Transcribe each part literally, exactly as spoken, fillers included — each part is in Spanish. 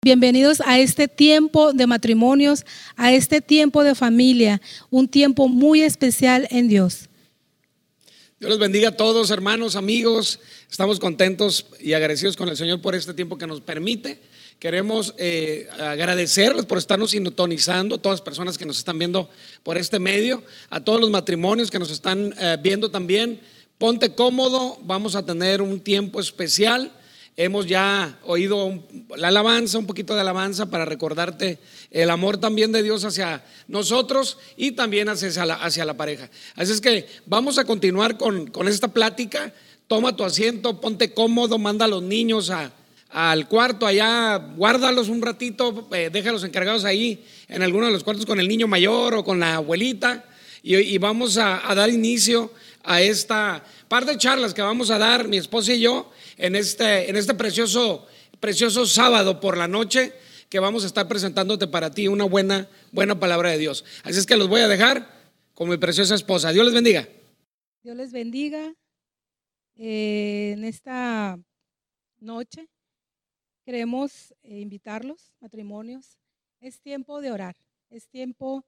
Bienvenidos a este tiempo de matrimonios, a este tiempo de familia, un tiempo muy especial en Dios. Dios los bendiga a todos, hermanos, amigos. Estamos contentos y agradecidos con el Señor por este tiempo que nos permite. Queremos eh, agradecerles por estarnos sintonizando, a todas las personas que nos están viendo por este medio, a todos los matrimonios que nos están eh, viendo también. Ponte cómodo, vamos a tener un tiempo especial. Hemos ya oído un, la alabanza, un poquito de alabanza para recordarte el amor también de Dios hacia nosotros y también hacia la, hacia la pareja. Así es que vamos a continuar con, con esta plática. Toma tu asiento, ponte cómodo, manda a los niños a, al cuarto allá, guárdalos un ratito, eh, déjalos encargados ahí en alguno de los cuartos con el niño mayor o con la abuelita y, y vamos a, a dar inicio a esta par de charlas que vamos a dar mi esposa y yo en este, en este precioso, precioso sábado por la noche que vamos a estar presentándote para ti una buena, buena palabra de Dios. Así es que los voy a dejar con mi preciosa esposa. Dios les bendiga. Dios les bendiga. Eh, en esta noche queremos eh, invitarlos, matrimonios. Es tiempo de orar, es tiempo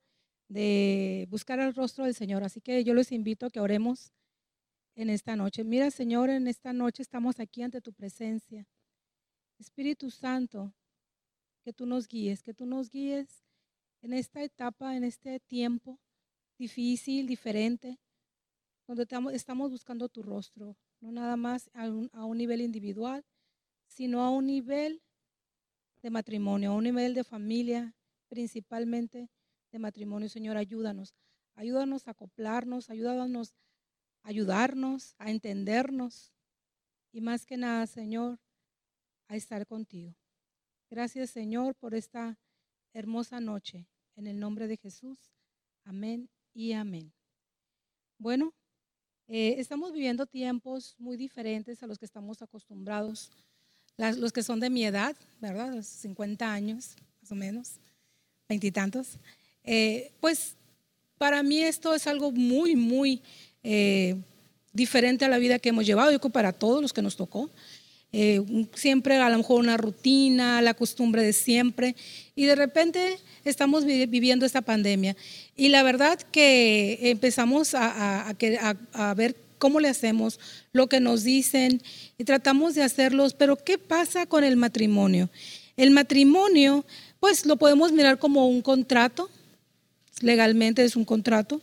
de buscar el rostro del Señor. Así que yo les invito a que oremos en esta noche. Mira, Señor, en esta noche estamos aquí ante tu presencia. Espíritu Santo, que tú nos guíes, que tú nos guíes en esta etapa, en este tiempo difícil, diferente, donde estamos buscando tu rostro, no nada más a un, a un nivel individual, sino a un nivel de matrimonio, a un nivel de familia, principalmente de matrimonio. Señor, ayúdanos, ayúdanos a acoplarnos, ayúdanos ayudarnos a entendernos y más que nada, Señor, a estar contigo. Gracias, Señor, por esta hermosa noche. En el nombre de Jesús, amén y amén. Bueno, eh, estamos viviendo tiempos muy diferentes a los que estamos acostumbrados, las, los que son de mi edad, ¿verdad? Los cincuenta años, más o menos, veintitantos. Eh, pues para mí esto es algo muy, muy Eh, diferente a la vida que hemos llevado, yo creo para todos los que nos tocó, eh, siempre a lo mejor una rutina, la costumbre de siempre, y de repente estamos vi- viviendo esta pandemia, y la verdad que empezamos a, a, a, a, a ver cómo le hacemos, lo que nos dicen, y tratamos de hacerlos, pero ¿qué pasa con el matrimonio? El matrimonio, pues lo podemos mirar como un contrato, legalmente es un contrato,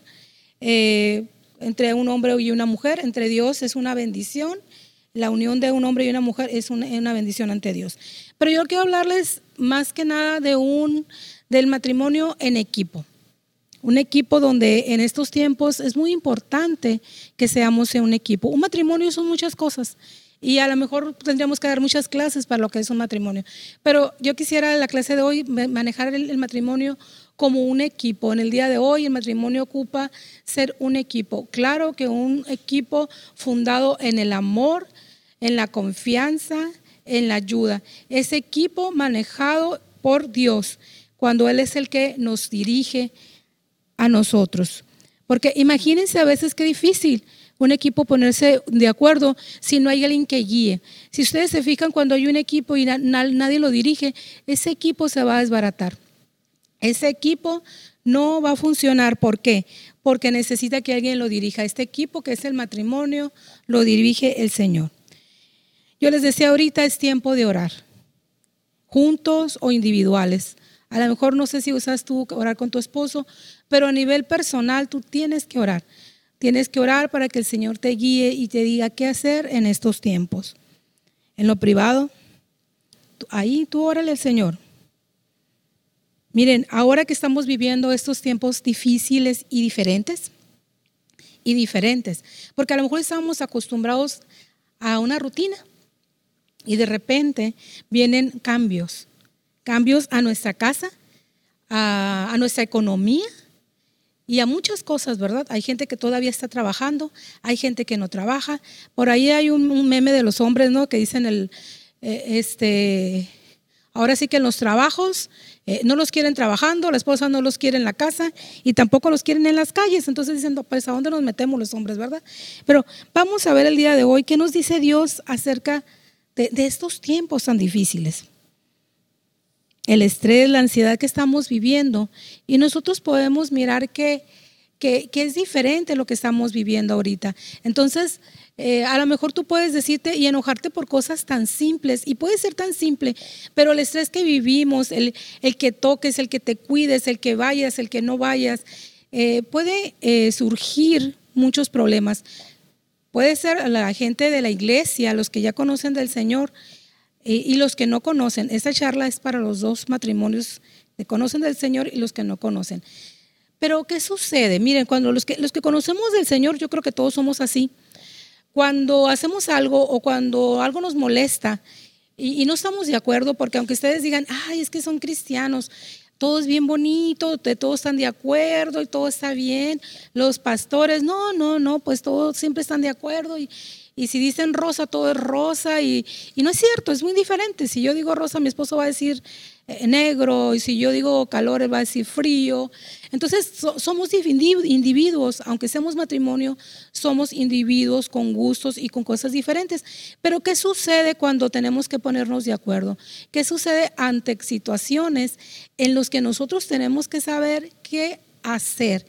eh, entre un hombre y una mujer, entre Dios es una bendición, la unión de un hombre y una mujer es una, una bendición ante Dios. Pero yo quiero hablarles más que nada de un, del matrimonio en equipo, un equipo donde en estos tiempos es muy importante que seamos en un equipo. Un matrimonio son muchas cosas y a lo mejor tendríamos que dar muchas clases para lo que es un matrimonio, pero yo quisiera en la clase de hoy manejar el, el matrimonio como un equipo. En el día de hoy el matrimonio ocupa ser un equipo. Claro que un equipo fundado en el amor, en la confianza, en la ayuda. Ese equipo manejado por Dios, cuando Él es el que nos dirige a nosotros. Porque imagínense a veces qué difícil un equipo ponerse de acuerdo si no hay alguien que guíe. Si ustedes se fijan, cuando hay un equipo y na- nadie lo dirige, ese equipo se va a desbaratar. Ese equipo no va a funcionar. ¿Por qué? Porque necesita que alguien lo dirija. Este equipo, que es el matrimonio, lo dirige el Señor. Yo les decía ahorita, es tiempo de orar, juntos o individuales. A lo mejor no sé si usas tú orar con tu esposo, pero a nivel personal tú tienes que orar. Tienes que orar para que el Señor te guíe y te diga qué hacer en estos tiempos. En lo privado, ahí tú órale al Señor. Miren, ahora que estamos viviendo estos tiempos difíciles y diferentes, y diferentes, porque a lo mejor estábamos acostumbrados a una rutina y de repente vienen cambios, cambios a nuestra casa, a, a nuestra economía y a muchas cosas, ¿verdad? Hay gente que todavía está trabajando, hay gente que no trabaja. Por ahí hay un, un meme de los hombres, ¿no? Que dicen el, eh, este... Ahora sí que en los trabajos eh, no los quieren trabajando, la esposa no los quiere en la casa y tampoco los quieren en las calles. Entonces dicen, pues ¿a dónde nos metemos los hombres, verdad? Pero vamos a ver el día de hoy qué nos dice Dios acerca de, de estos tiempos tan difíciles. el estrés, la ansiedad que estamos viviendo, y nosotros podemos mirar que, que, que es diferente lo que estamos viviendo ahorita. Entonces, eh, a lo mejor tú puedes decirte y enojarte por cosas tan simples, y puede ser tan simple, pero el estrés que vivimos, el, el que toques, el que te cuides, el que vayas, el que no vayas, eh, puede eh, surgir muchos problemas. Puede ser la gente de la iglesia, los que ya conocen del Señor, y los que no conocen. Esta charla es para los dos matrimonios que conocen del Señor y los que no conocen. Pero ¿qué sucede? Miren, cuando los que, los que conocemos del Señor, yo creo que todos somos así. Cuando hacemos algo o cuando algo nos molesta y, y no estamos de acuerdo, porque aunque ustedes digan, ay, es que son cristianos, todo es bien bonito, todos están de acuerdo y todo está bien. Los pastores, no, no, no, pues todos siempre están de acuerdo y Y si dicen rosa, todo es rosa, y, y no es cierto, es muy diferente. Si yo digo rosa, mi esposo va a decir eh, negro, y si yo digo calor, él va a decir frío. Entonces so, somos individuos, aunque seamos matrimonio, somos individuos con gustos y con cosas diferentes. Pero ¿qué sucede cuando tenemos que ponernos de acuerdo? ¿Qué sucede ante situaciones en las que nosotros tenemos que saber qué hacer?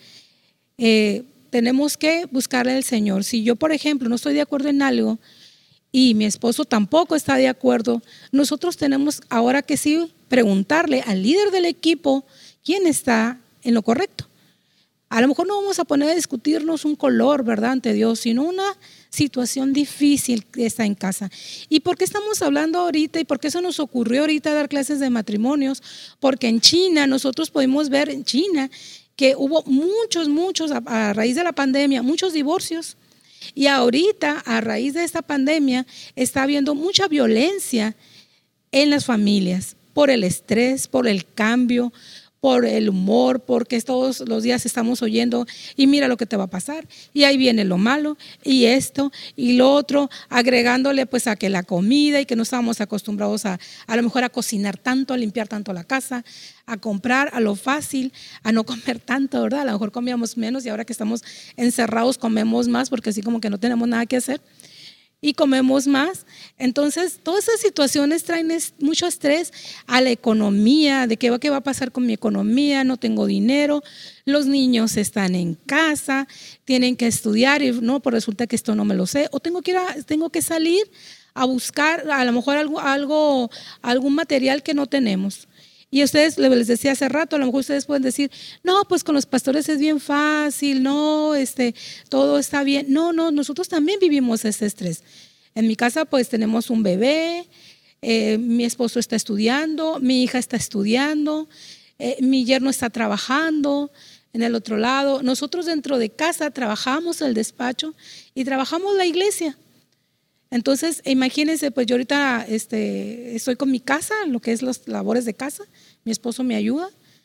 Eh, Tenemos que buscarle al Señor. Si yo, por ejemplo, no estoy de acuerdo en algo y mi esposo tampoco está de acuerdo, nosotros tenemos ahora que sí preguntarle al líder del equipo quién está en lo correcto. A lo mejor no vamos a poner a discutirnos un color, ¿verdad?, ante Dios, sino una situación difícil que está en casa. ¿Y por qué estamos hablando ahorita y por qué se nos ocurrió ahorita dar clases de matrimonios? Porque en China, nosotros podemos ver en China que hubo muchos, muchos, a, a raíz de la pandemia, muchos divorcios. Y ahorita, a raíz de esta pandemia, está habiendo mucha violencia en las familias por el estrés, por el cambio, por el humor, porque todos los días estamos oyendo y mira lo que te va a pasar, y ahí viene lo malo, y esto, y lo otro, agregándole pues a que la comida y que no estábamos acostumbrados a, a lo mejor a cocinar tanto, a limpiar tanto la casa, a comprar a lo fácil, a no comer tanto, ¿verdad? A lo mejor comíamos menos y ahora que estamos encerrados comemos más porque así como que no tenemos nada que hacer. Y comemos más. Entonces, todas esas situaciones traen mucho estrés a la economía, de qué va, qué va a pasar con mi economía, no tengo dinero, los niños están en casa, tienen que estudiar y no, pues resulta que esto no me lo sé, o tengo que ir a, tengo que salir a buscar a lo mejor algo, algo, algún material que no tenemos. Y ustedes, les decía hace rato, a lo mejor ustedes pueden decir, no, pues con los pastores es bien fácil, no, este, todo está bien. No, no, nosotros también vivimos ese estrés. En mi casa pues tenemos un bebé, eh, mi esposo está estudiando, mi hija está estudiando, eh, mi yerno está trabajando en el otro lado. Nosotros dentro de casa trabajamos el despacho y trabajamos la iglesia. Entonces, imagínense, pues yo ahorita este, estoy con mi casa, lo que es las labores de casa, mi esposo me ayuda,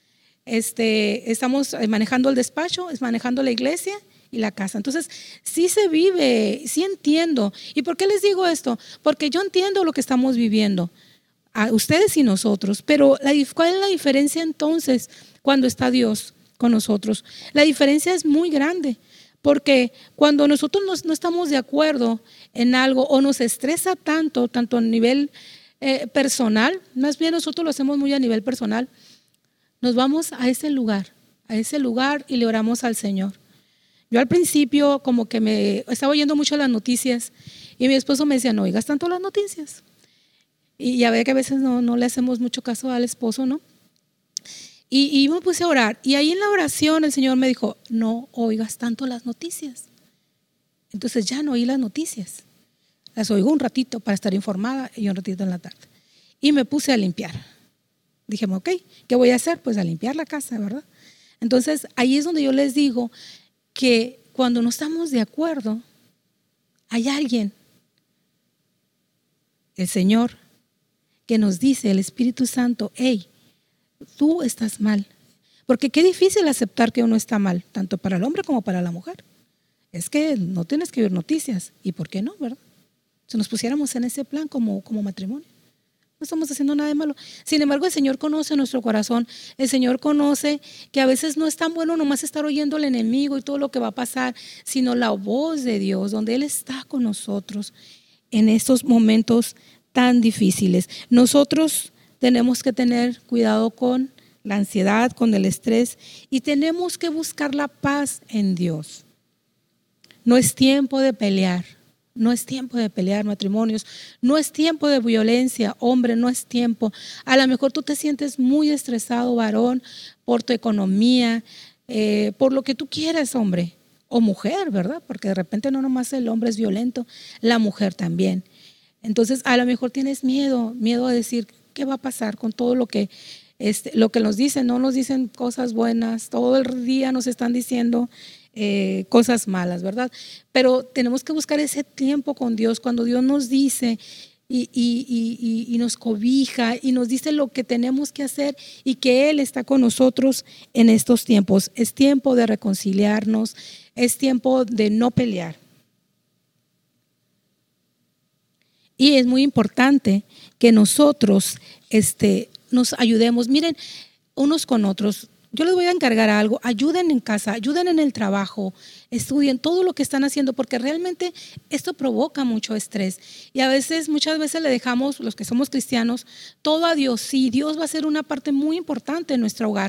este, estamos manejando el despacho, es manejando la iglesia y la casa. Entonces, sí se vive, sí entiendo. ¿Y por qué les digo esto? Porque yo entiendo lo que estamos viviendo, a ustedes y nosotros, pero la, ¿cuál es la diferencia entonces cuando está Dios con nosotros? La diferencia es muy grande. Porque cuando nosotros no, no estamos de acuerdo en algo o nos estresa tanto, tanto a nivel eh, personal, más bien nosotros lo hacemos muy a nivel personal, nos vamos a ese lugar, a ese lugar y le oramos al Señor. Yo al principio como que me estaba oyendo mucho las noticias y mi esposo me decía, no oigas tanto las noticias. Y ya ve que a veces no, no le hacemos mucho caso al esposo, ¿no? Y, y me puse a orar y ahí en la oración el Señor me dijo, no oigas tanto las noticias. Entonces ya no oí las noticias, las oigo un ratito para estar informada y un ratito en la tarde. Y me puse a limpiar. Dije, ok, ¿qué voy a hacer? Pues a limpiar la casa, ¿verdad? Entonces ahí es donde yo les digo que cuando no estamos de acuerdo, hay alguien, el Señor, que nos dice, el Espíritu Santo, hey, tú estás mal. Porque qué difícil aceptar que uno está mal, tanto para el hombre como para la mujer. Es que no tienes que ver noticias. ¿Y por qué no, verdad? Si nos pusiéramos en ese plan como, como matrimonio, no estamos haciendo nada de malo. Sin embargo, el Señor conoce nuestro corazón. El Señor conoce que a veces no es tan bueno nomás estar oyendo al enemigo y todo lo que va a pasar, sino la voz de Dios, donde Él está con nosotros en estos momentos tan difíciles. Nosotros tenemos que tener cuidado con la ansiedad, con el estrés, y tenemos que buscar la paz en Dios. No es tiempo de pelear, no es tiempo de pelear matrimonios, no es tiempo de violencia, hombre, no es tiempo. A lo mejor tú te sientes muy estresado, varón, por tu economía, eh, por lo que tú quieras, hombre, o mujer, ¿verdad? Porque de repente no nomás el hombre es violento, la mujer también. Entonces, a lo mejor tienes miedo, miedo a decir, ¿qué va a pasar con todo lo que, este, lo que nos dicen? No nos dicen cosas buenas, todo el día nos están diciendo eh, cosas malas, ¿verdad? Pero tenemos que buscar ese tiempo con Dios, cuando Dios nos dice y, y, y, y nos cobija y nos dice lo que tenemos que hacer y que Él está con nosotros en estos tiempos. Es tiempo de reconciliarnos, es tiempo de no pelear. Y es muy importante que nosotros este, nos ayudemos. Miren, unos con otros. Yo les voy a encargar algo. Ayuden en casa, ayuden en el trabajo, estudien todo lo que están haciendo, porque realmente esto provoca mucho estrés. Y a veces, muchas veces le dejamos, los que somos cristianos, todo a Dios. Sí, Dios va a ser una parte muy importante en nuestro hogar.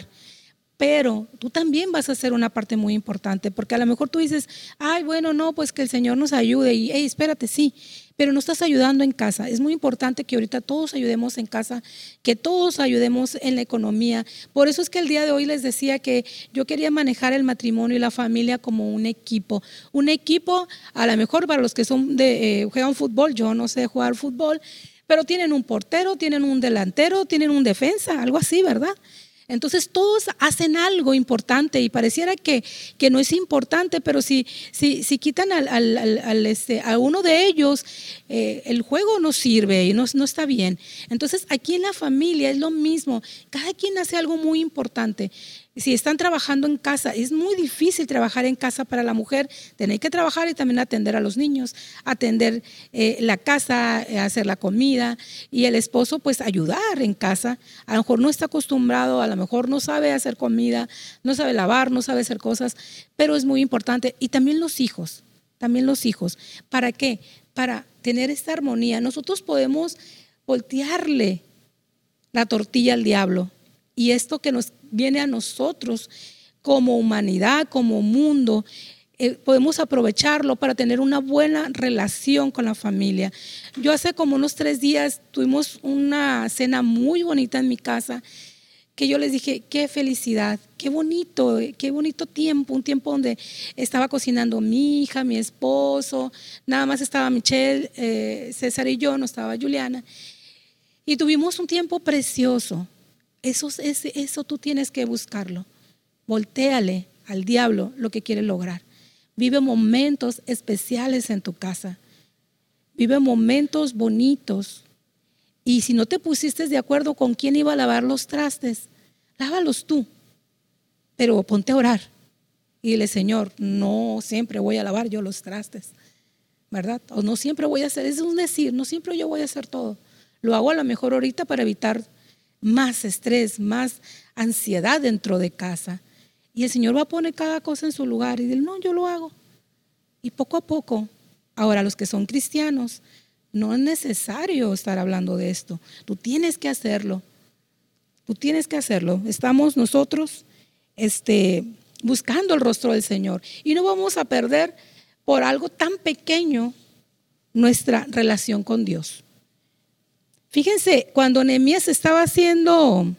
Pero tú también vas a ser una parte muy importante, porque a lo mejor tú dices, ay, bueno, no, pues que el Señor nos ayude. Y, hey, espérate, sí, pero no estás ayudando en casa. Es muy importante que ahorita todos ayudemos en casa, que todos ayudemos en la economía. Por eso es que el día de hoy les decía que yo quería manejar el matrimonio y la familia como un equipo. Un equipo, a lo mejor para los que son de, eh, juegan fútbol, yo no sé jugar fútbol, pero tienen un portero, tienen un delantero, tienen un defensa, algo así, ¿verdad? Entonces todos hacen algo importante y pareciera que, que no es importante, pero si, si, si quitan al, al, al, al este, a uno de ellos, eh, el juego no sirve y no, no está bien. Entonces aquí en la familia es lo mismo, cada quien hace algo muy importante. Si están trabajando en casa, es muy difícil trabajar en casa para la mujer, tener que trabajar y también atender a los niños, atender eh, la casa, eh, hacer la comida, y el esposo pues ayudar en casa. A lo mejor no está acostumbrado, a lo mejor no sabe hacer comida, no sabe lavar, no sabe hacer cosas, pero es muy importante. Y también los hijos, también los hijos. ¿Para qué? Para tener esta armonía. Nosotros podemos voltearle la tortilla al diablo, y esto que nos viene a nosotros como humanidad, como mundo, eh, podemos aprovecharlo para tener una buena relación con la familia. Yo hace como unos tres días tuvimos una cena muy bonita en mi casa, que yo les dije, qué felicidad, qué bonito, qué bonito tiempo, un tiempo donde estaba cocinando mi hija, mi esposo, nada más estaba Michelle, eh, César y yo, no estaba Juliana, y tuvimos un tiempo precioso. Eso, eso, eso tú tienes que buscarlo. Voltéale al diablo lo que quiere lograr. Vive momentos especiales en tu casa. Vive momentos bonitos. Y si no te pusiste de acuerdo con quién iba a lavar los trastes, lávalos tú. Pero ponte a orar. Y dile, Señor, no siempre voy a lavar yo los trastes, ¿verdad? O no siempre voy a hacer, es un decir, no siempre yo voy a hacer todo. Lo hago a lo mejor ahorita para evitar más estrés, más ansiedad dentro de casa. Y el Señor va a poner cada cosa en su lugar y dice, no, yo lo hago. Y poco a poco, ahora los que son cristianos, no es necesario estar hablando de esto. Tú tienes que hacerlo. Tú tienes que hacerlo. Estamos nosotros este, buscando el rostro del Señor. Y no vamos a perder por algo tan pequeño nuestra relación con Dios. Fíjense, cuando Nehemías estaba haciendo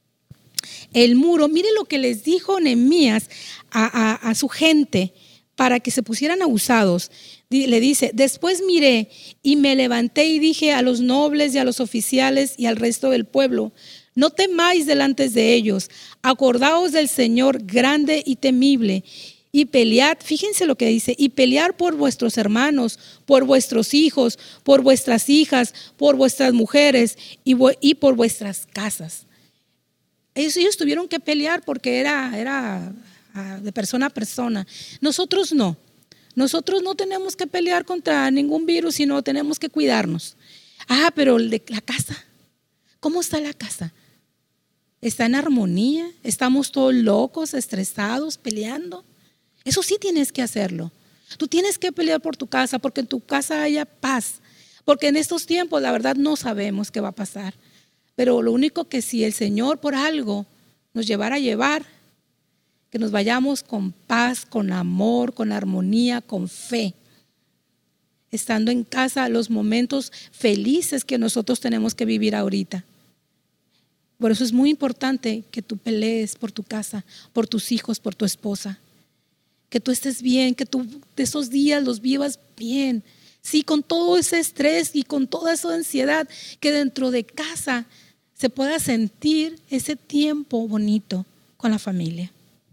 el muro, miren lo que les dijo Nehemías a, a, a su gente para que se pusieran abusados. Le dice, después miré y me levanté y dije a los nobles y a los oficiales y al resto del pueblo, no temáis delante de ellos, acordaos del Señor grande y temible, y pelead, fíjense lo que dice, y pelear por vuestros hermanos, por vuestros hijos, por vuestras hijas, por vuestras mujeres y, y por vuestras casas. Ellos, ellos tuvieron que pelear porque era, era de persona a persona. Nosotros no. Nosotros no tenemos que pelear contra ningún virus, sino tenemos que cuidarnos. Ah, pero el de la casa, ¿cómo está la casa? ¿Está en armonía? ¿Estamos todos locos, estresados, peleando? Eso sí tienes que hacerlo. Tú tienes que pelear por tu casa, porque en tu casa haya paz. Porque en estos tiempos, la verdad, no sabemos qué va a pasar. Pero lo único que si el Señor por algo nos llevara a llevar, que nos vayamos con paz, con amor, con armonía, con fe, estando en casa, los momentos felices que nosotros tenemos que vivir ahorita. Por eso es muy importante que tú pelees por tu casa, por tus hijos, por tu esposa. Que tú estés bien, que tú de esos días los vivas bien. Sí, con todo ese estrés y con toda esa ansiedad, que dentro de casa se pueda sentir ese tiempo bonito con la familia.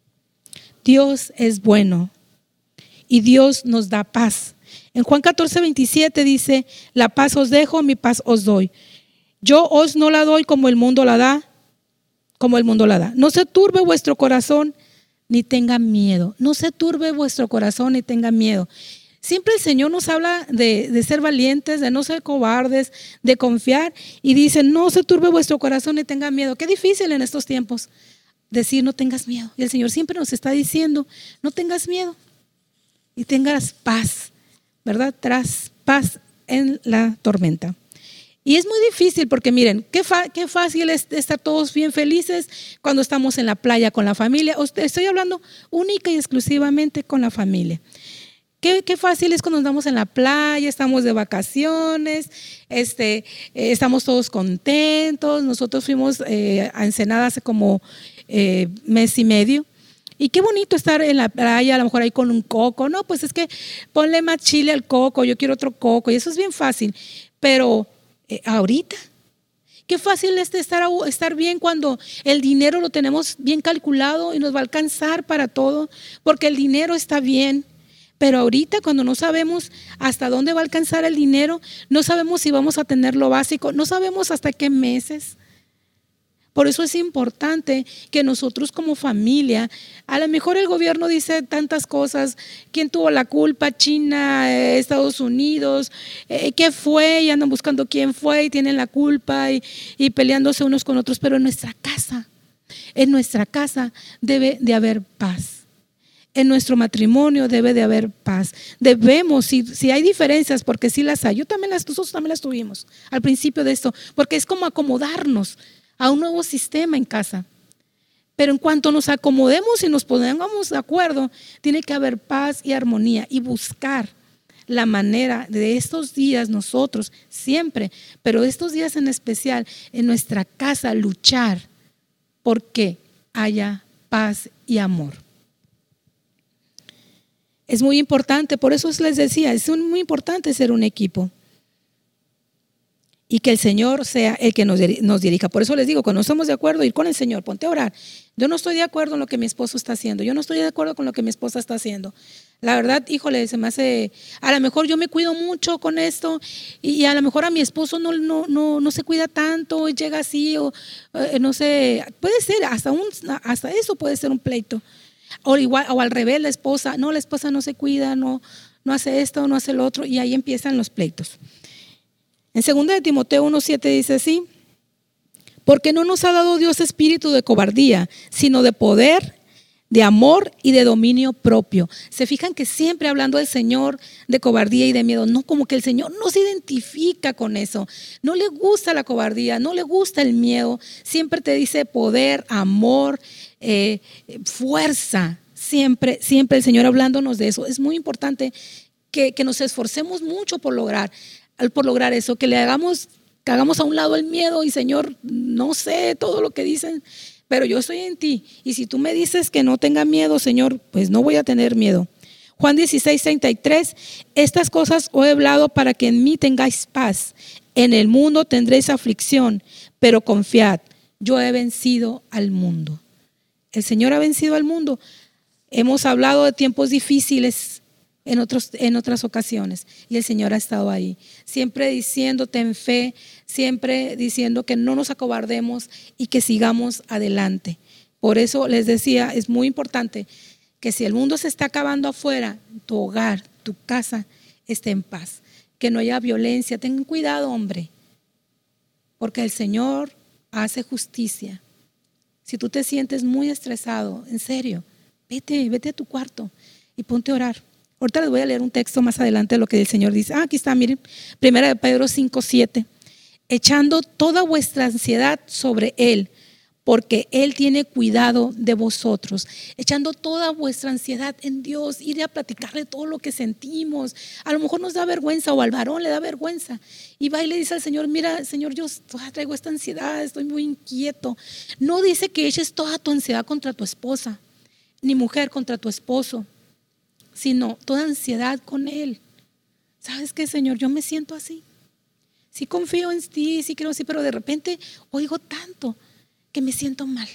Dios es bueno y Dios nos da paz. En Juan catorce, veintisiete dice: la paz os dejo, mi paz os doy. Yo os no la doy como el mundo la da, como el mundo la da. No se turbe vuestro corazón ni tenga miedo. No se turbe vuestro corazón ni tenga miedo. Siempre el Señor nos habla de, de ser valientes, de no ser cobardes, de confiar, y dice: no se turbe vuestro corazón ni tenga miedo. Qué difícil en estos tiempos decir no tengas miedo. Y el Señor siempre nos está diciendo: no tengas miedo y tengas paz, ¿verdad? Tras paz en la tormenta. Y es muy difícil porque miren, qué, fa- qué fácil es estar todos bien felices cuando estamos en la playa con la familia. Estoy hablando única y exclusivamente con la familia. Qué, qué fácil es cuando andamos en la playa, estamos de vacaciones, este, eh, estamos todos contentos. Nosotros fuimos eh, a Ensenada hace como eh, mes y medio. Y qué bonito estar en la playa, a lo mejor ahí con un coco. No, pues es que ponle más chile al coco, yo quiero otro coco, y eso es bien fácil. Pero eh, ahorita, qué fácil es estar, estar bien cuando el dinero lo tenemos bien calculado y nos va a alcanzar para todo, porque el dinero está bien. Pero ahorita, cuando no sabemos hasta dónde va a alcanzar el dinero, no sabemos si vamos a tener lo básico, no sabemos hasta qué meses. Por eso es importante que nosotros como familia, a lo mejor el gobierno dice tantas cosas: ¿quién tuvo la culpa? China, eh, Estados Unidos, eh, ¿qué fue? Y andan buscando quién fue y tienen la culpa y, y peleándose unos con otros. Pero en nuestra casa, en nuestra casa debe de haber paz. En nuestro matrimonio debe de haber paz. Debemos, si, si hay diferencias, porque sí las hay, yo también las, nosotros también las tuvimos al principio de esto, porque es como acomodarnos a un nuevo sistema en casa. Pero en cuanto nos acomodemos y nos pongamos de acuerdo, tiene que haber paz y armonía, y buscar la manera de estos días nosotros siempre, pero estos días en especial en nuestra casa, luchar porque haya paz y amor. Es muy importante, por eso les decía, es muy importante ser un equipo. Y que el Señor sea el que nos, nos dirija. Por eso les digo, cuando no estamos de acuerdo, ir con el Señor, ponte a orar. Yo no estoy de acuerdo en lo que mi esposo está haciendo. Yo no estoy de acuerdo con lo que mi esposa está haciendo. La verdad, híjole, se me hace, a lo mejor yo me cuido mucho con esto, y a lo mejor a mi esposo no, no, no, no se cuida tanto, y llega así, o eh, no sé, puede ser, hasta, un, hasta eso puede ser un pleito. O, igual, o al revés, la esposa, no, la esposa no se cuida, no, no hace esto, no hace lo otro, y ahí empiezan los pleitos. En segunda de Timoteo uno siete dice así: porque no nos ha dado Dios espíritu de cobardía, sino de poder, de amor y de dominio propio. Se fijan que siempre hablando del Señor de cobardía y de miedo, no, como que el Señor no se identifica con eso, no le gusta la cobardía, no le gusta el miedo, siempre te dice poder, amor, eh, fuerza, siempre, siempre el Señor hablándonos de eso. Es muy importante que, que nos esforcemos mucho por lograr por lograr eso, que le hagamos, que hagamos a un lado el miedo y Señor, no sé todo lo que dicen, pero yo estoy en ti, y si tú me dices que no tenga miedo, Señor, pues no voy a tener miedo. Juan dieciséis, treinta y tres: estas cosas os he hablado para que en mí tengáis paz. En el mundo tendréis aflicción, pero confiad, yo he vencido al mundo. El Señor ha vencido al mundo. Hemos hablado de tiempos difíciles En, otros, en otras ocasiones, y el Señor ha estado ahí, siempre diciéndote en fe, siempre diciendo que no nos acobardemos y que sigamos adelante. Por eso les decía, es muy importante que si el mundo se está acabando afuera, tu hogar, tu casa esté en paz, que no haya violencia. Ten cuidado, hombre, porque el Señor hace justicia. Si tú te sientes muy estresado, en serio, vete, vete a tu cuarto y ponte a orar. Ahorita les voy a leer un texto más adelante de lo que el Señor dice. Ah, aquí está, miren, primera de Pedro cinco, siete. echando toda vuestra ansiedad sobre Él, porque Él tiene cuidado de vosotros. Echando toda vuestra ansiedad en Dios, ir a platicarle todo lo que sentimos. A lo mejor nos da vergüenza, o al varón le da vergüenza, y va y le dice al Señor: mira, Señor, yo traigo esta ansiedad, estoy muy inquieto. No dice que eches toda tu ansiedad contra tu esposa, ni mujer contra tu esposo, sino toda ansiedad con Él. ¿Sabes qué, Señor? Yo me siento así. Sí confío en ti, sí creo, sí, pero de repente oigo tanto que me siento mal.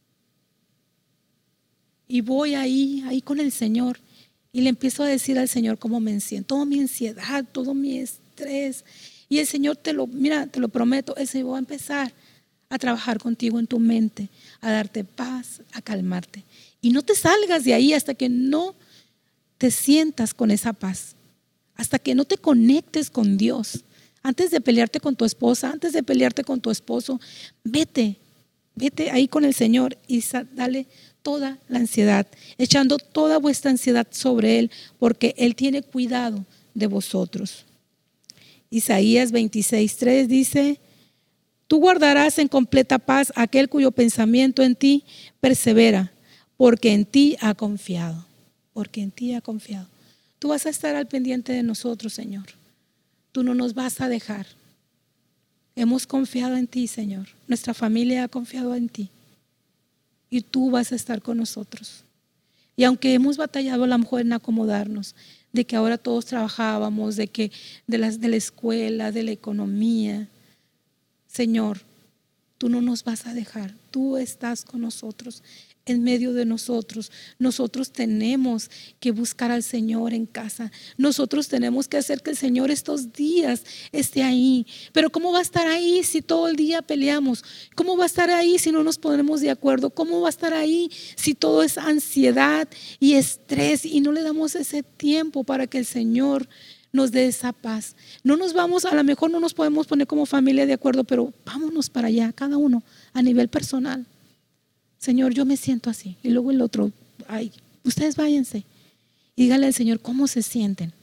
Y voy ahí, ahí con el Señor, y le empiezo a decir al Señor cómo me siento, toda mi ansiedad, todo mi estrés. Y el Señor, te lo, mira, te lo prometo, el Señor va a empezar a trabajar contigo en tu mente, a darte paz, a calmarte. Y no te salgas de ahí hasta que no te sientas con esa paz, hasta que no te conectes con Dios. Antes de pelearte con tu esposa, antes de pelearte con tu esposo, vete, vete ahí con el Señor y dale toda la ansiedad, echando toda vuestra ansiedad sobre Él, porque Él tiene cuidado de vosotros. Isaías veintiséis tres dice: tú guardarás en completa paz aquel cuyo pensamiento en ti persevera, porque en ti ha confiado, porque en ti ha confiado. Tú vas a estar al pendiente de nosotros, Señor. Tú no nos vas a dejar. Hemos confiado en ti, Señor. Nuestra familia ha confiado en ti. Y tú vas a estar con nosotros. Y aunque hemos batallado a lo mejor en acomodarnos, de que ahora todos trabajábamos, de que de, las, de la escuela, de la economía, Señor, tú no nos vas a dejar. Tú estás con nosotros, en medio de nosotros. Nosotros tenemos que buscar al Señor en casa. Nosotros tenemos que hacer que el Señor estos días esté ahí. Pero ¿cómo va a estar ahí si todo el día peleamos? ¿Cómo va a estar ahí si no nos ponemos de acuerdo? ¿Cómo va a estar ahí si todo es ansiedad y estrés y no le damos ese tiempo para que el Señor nos dé esa paz? No nos vamos, a lo mejor no nos podemos poner como familia de acuerdo, pero vámonos para allá, cada uno a nivel personal. Señor, yo me siento así. Y luego el otro: ay, ustedes váyanse. Y díganle al Señor cómo se sienten.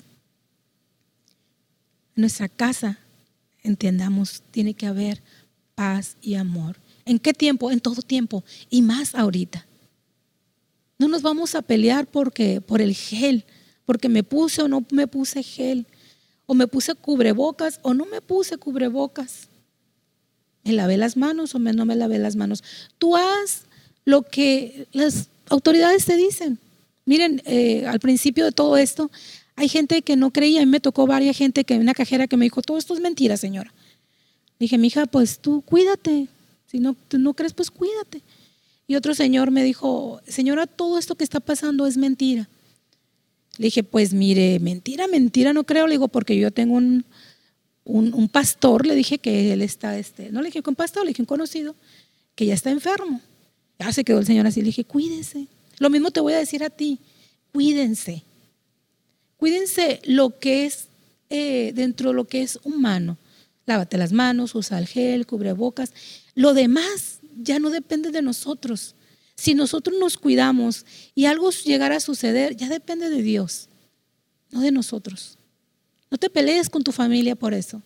En nuestra casa, entendamos, tiene que haber paz y amor. ¿En qué tiempo? En todo tiempo. Y más ahorita. No nos vamos a pelear porque, por el gel, porque me puse o no me puse gel, o me puse cubrebocas o no me puse cubrebocas. ¿Me lavé las manos o no me lavé las manos? Tú haz lo que las autoridades te dicen. Miren, eh, al principio de todo esto, hay gente que no creía. A mí me tocó varias gente, que una cajera que me dijo: todo esto es mentira, señora. Dije: mija, pues tú cuídate. Si no, tú no crees, pues cuídate. Y otro señor me dijo: señora, todo esto que está pasando es mentira. Le dije: pues mire, mentira, mentira no creo. Le digo: porque yo tengo un, un, un pastor. Le dije que él está, este, no le dije con pastor, le dije un conocido que ya está enfermo. Ya se quedó el Señor así. Le dije: cuídense. Lo mismo te voy a decir a ti. Cuídense. Cuídense lo que es eh, dentro de lo que es humano. Lávate las manos, usa el gel, cubrebocas. Lo demás ya no depende de nosotros. Si nosotros nos cuidamos y algo llegara a suceder, ya depende de Dios, no de nosotros. No te pelees con tu familia por eso.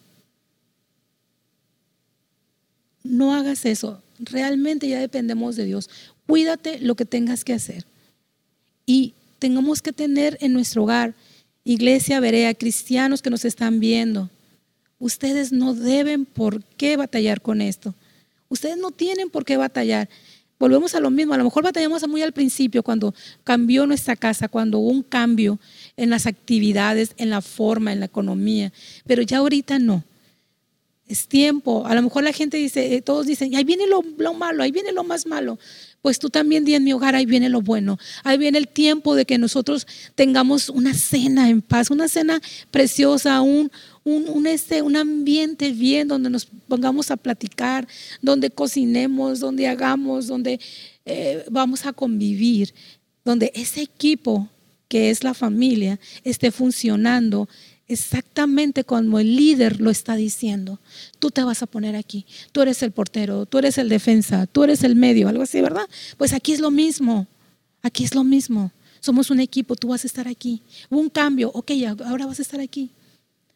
No hagas eso. Realmente ya dependemos de Dios. Cuídate lo que tengas que hacer. Y tengamos que tener en nuestro hogar, iglesia Berea, cristianos que nos están viendo, ustedes no deben por qué batallar con esto. Ustedes no tienen por qué batallar. Volvemos a lo mismo. A lo mejor batallamos muy al principio, cuando cambió nuestra casa, cuando hubo un cambio en las actividades, en la forma, en la economía. Pero ya ahorita no. Es tiempo. A lo mejor la gente dice, eh, todos dicen: ahí viene lo, lo malo, ahí viene lo más malo. Pues tú también di: en mi hogar ahí viene lo bueno. Ahí viene el tiempo de que nosotros tengamos una cena en paz, una cena preciosa, un, un, un, este, un ambiente bien, donde nos pongamos a platicar, donde cocinemos, donde hagamos, donde eh, vamos a convivir, donde ese equipo que es la familia esté funcionando exactamente como el líder lo está diciendo. Tú te vas a poner aquí, tú eres el portero, tú eres el defensa, tú eres el medio, algo así, ¿verdad? Pues aquí es lo mismo, aquí es lo mismo. Somos un equipo, tú vas a estar aquí. Hubo un cambio, ok, ahora vas a estar aquí.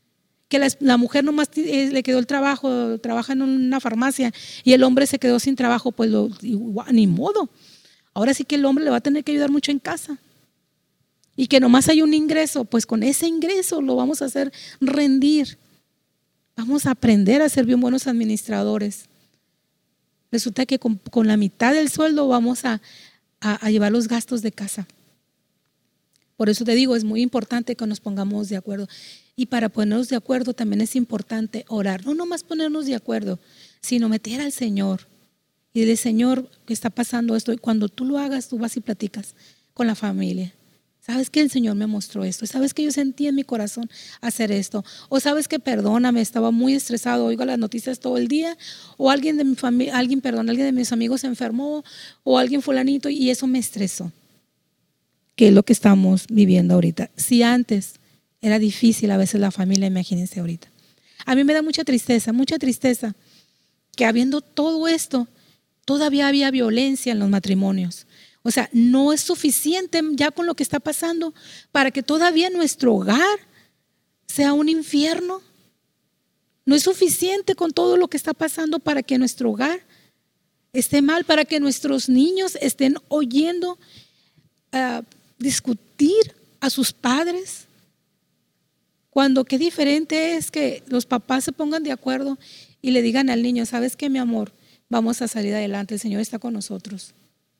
que la, la mujer nomás eh, le quedó el trabajo, trabaja en una farmacia y el hombre se quedó sin trabajo, pues lo, igual, ni modo. Ahora sí que el hombre le va a tener que ayudar mucho en casa. Y que nomás hay un ingreso, pues con ese ingreso lo vamos a hacer rendir. Vamos a aprender a ser bien buenos administradores. Resulta que con, con la mitad del sueldo vamos a, a, a llevar los gastos de casa. Por eso te digo, es muy importante que nos pongamos de acuerdo. Y para ponernos de acuerdo también es importante orar. No nomás ponernos de acuerdo, sino meter al Señor. Y dile, Señor, ¿qué está pasando esto? Y cuando tú lo hagas, tú vas y platicas con la familia. ¿Sabes que el Señor me mostró esto? ¿Sabes que yo sentí en mi corazón hacer esto? ¿O sabes que perdóname, estaba muy estresado, oigo las noticias todo el día? ¿O alguien de mi familia, alguien, perdón, alguien de mis amigos se enfermó? ¿O alguien fulanito? Y eso me estresó. ¿Qué es lo que estamos viviendo ahorita? Si antes era difícil a veces la familia, imagínense ahorita. A mí me da mucha tristeza, mucha tristeza que habiendo todo esto, todavía había violencia en los matrimonios. O sea, no es suficiente ya con lo que está pasando para que todavía nuestro hogar sea un infierno. No es suficiente con todo lo que está pasando para que nuestro hogar esté mal, para que nuestros niños estén oyendo uh, discutir a sus padres. Cuando qué diferente es que los papás se pongan de acuerdo y le digan al niño, ¿sabes qué, mi amor? Vamos a salir adelante, el Señor está con nosotros.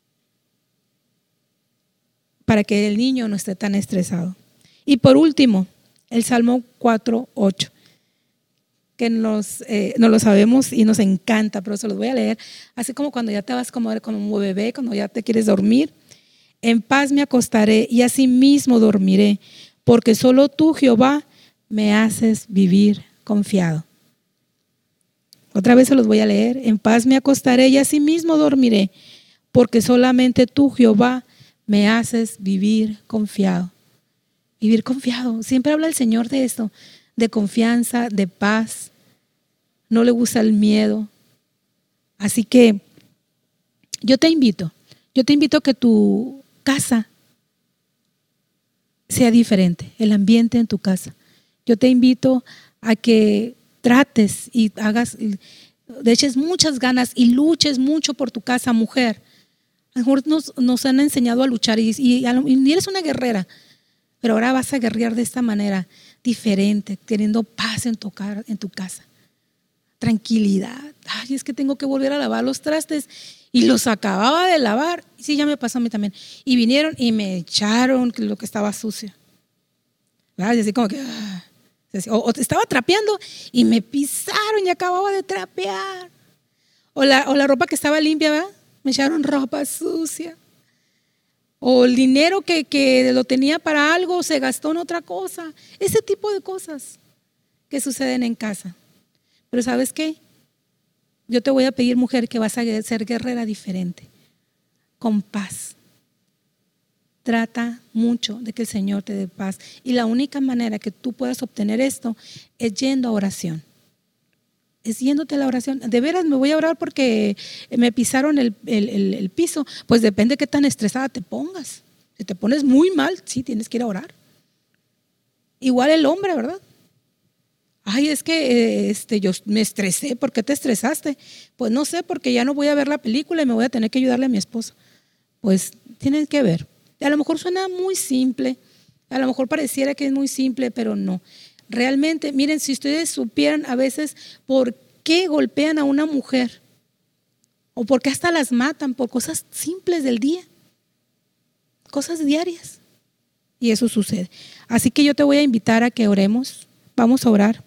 Para que el niño no esté tan estresado. Y por último, el Salmo cuatro, ocho, que nos, eh, nos lo sabemos y nos encanta, pero se los voy a leer, así como cuando ya te vas como, como bebé, cuando ya te quieres dormir. En paz me acostaré y asimismo dormiré, porque solo tú, Jehová, me haces vivir confiado. Otra vez se los voy a leer. En paz me acostaré y asimismo dormiré, porque solamente tú, Jehová, me haces vivir confiado. Vivir confiado. Siempre habla el Señor de esto, de confianza, de paz. No le gusta el miedo. Así que yo te invito, yo te invito a que tu casa sea diferente, el ambiente en tu casa. Yo te invito a que trates y hagas, le eches muchas ganas y luches mucho por tu casa, mujer. A lo mejor nos, nos han enseñado a luchar y, y, y eres una guerrera, pero ahora vas a guerrear de esta manera diferente, teniendo paz en tu, en tu casa, tranquilidad. Ay, es que tengo que volver a lavar los trastes y los acababa de lavar. Sí, ya me pasó a mí también. Y vinieron y me echaron lo que estaba sucio. ¿Verdad? Y así como que, ah, o, o estaba trapeando y me pisaron y acababa de trapear. O la, o la ropa que estaba limpia, ¿verdad? Me echaron ropa sucia. O el dinero que, que lo tenía para algo se gastó en otra cosa. Ese tipo de cosas que suceden en casa. Pero ¿sabes qué? Yo te voy a pedir, mujer, que vas a ser guerrera diferente, con paz. Trata mucho de que el Señor te dé paz. Y la única manera que tú puedas obtener esto es yendo a oración. Es yéndote a la oración. De veras me voy a orar porque me pisaron el, el, el, el piso. Pues depende de qué tan estresada te pongas. Si te pones muy mal, sí, tienes que ir a orar. Igual el hombre, ¿verdad? Ay, es que este, yo me estresé. ¿Por qué te estresaste? Pues no sé, porque ya no voy a ver la película y me voy a tener que ayudarle a mi esposa. Pues tienen que ver. A lo mejor suena muy simple, a lo mejor pareciera que es muy simple, pero no. Realmente, miren, si ustedes supieran a veces por qué golpean a una mujer o por qué hasta las matan por cosas simples del día, cosas diarias. Y eso sucede. Así que yo te voy a invitar a que oremos. Vamos a orar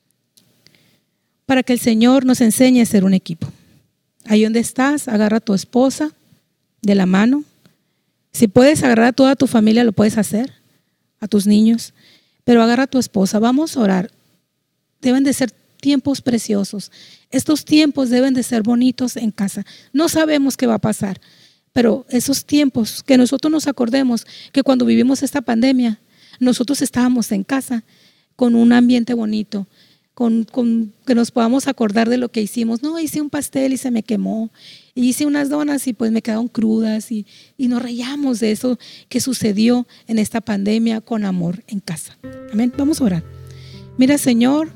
para que el Señor nos enseñe a ser un equipo. Ahí donde estás, agarra a tu esposa de la mano. Si puedes agarrar a toda tu familia, lo puedes hacer, a tus niños, pero agarra a tu esposa. Vamos a orar. Deben de ser tiempos preciosos. Estos tiempos deben de ser bonitos en casa. No sabemos qué va a pasar, pero esos tiempos, que nosotros nos acordemos que cuando vivimos esta pandemia, nosotros estábamos en casa con un ambiente bonito, con, con que nos podamos acordar de lo que hicimos. No, hice un pastel y se me quemó. Hice unas donas y pues me quedaron crudas y, y nos reíamos de eso que sucedió en esta pandemia con amor en casa. Amén. Vamos a orar. Mira, Señor,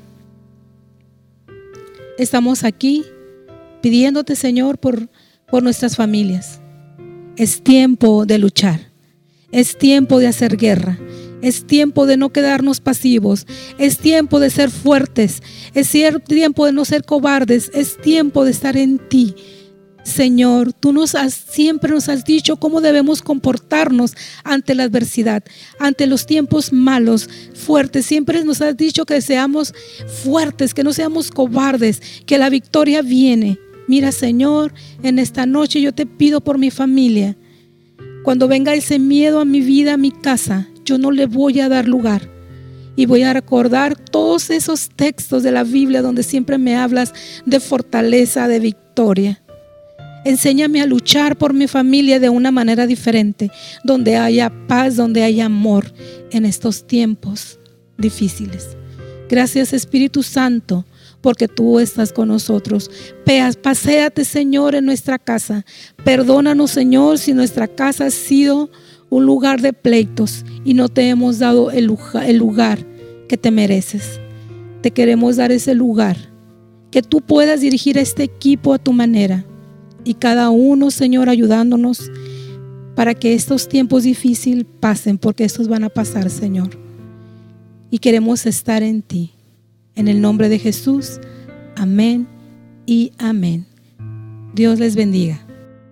estamos aquí pidiéndote, Señor, por, por nuestras familias. Es tiempo de luchar. Es tiempo de hacer guerra. Es tiempo de no quedarnos pasivos. Es tiempo de ser fuertes. Es tiempo de no ser cobardes. Es tiempo de estar en ti. Señor, tú nos has, siempre nos has dicho cómo debemos comportarnos ante la adversidad, ante los tiempos malos, fuertes. Siempre nos has dicho que seamos fuertes, que no seamos cobardes, que la victoria viene. Mira, Señor, en esta noche yo te pido por mi familia. Cuando venga ese miedo a mi vida, a mi casa, yo no le voy a dar lugar. Y voy a recordar todos esos textos de la Biblia donde siempre me hablas de fortaleza, de victoria. Enséñame a luchar por mi familia de una manera diferente, donde haya paz, donde haya amor en estos tiempos difíciles. Gracias, Espíritu Santo, porque tú estás con nosotros. Paséate, Señor, en nuestra casa. Perdónanos, Señor, si nuestra casa ha sido un lugar de pleitos y no te hemos dado el lugar, el lugar que te mereces. Te queremos dar ese lugar, que tú puedas dirigir a este equipo a tu manera. Y cada uno, Señor, ayudándonos para que estos tiempos difíciles pasen, porque estos van a pasar, Señor. Y queremos estar en ti. En el nombre de Jesús, amén y amén. Dios les bendiga.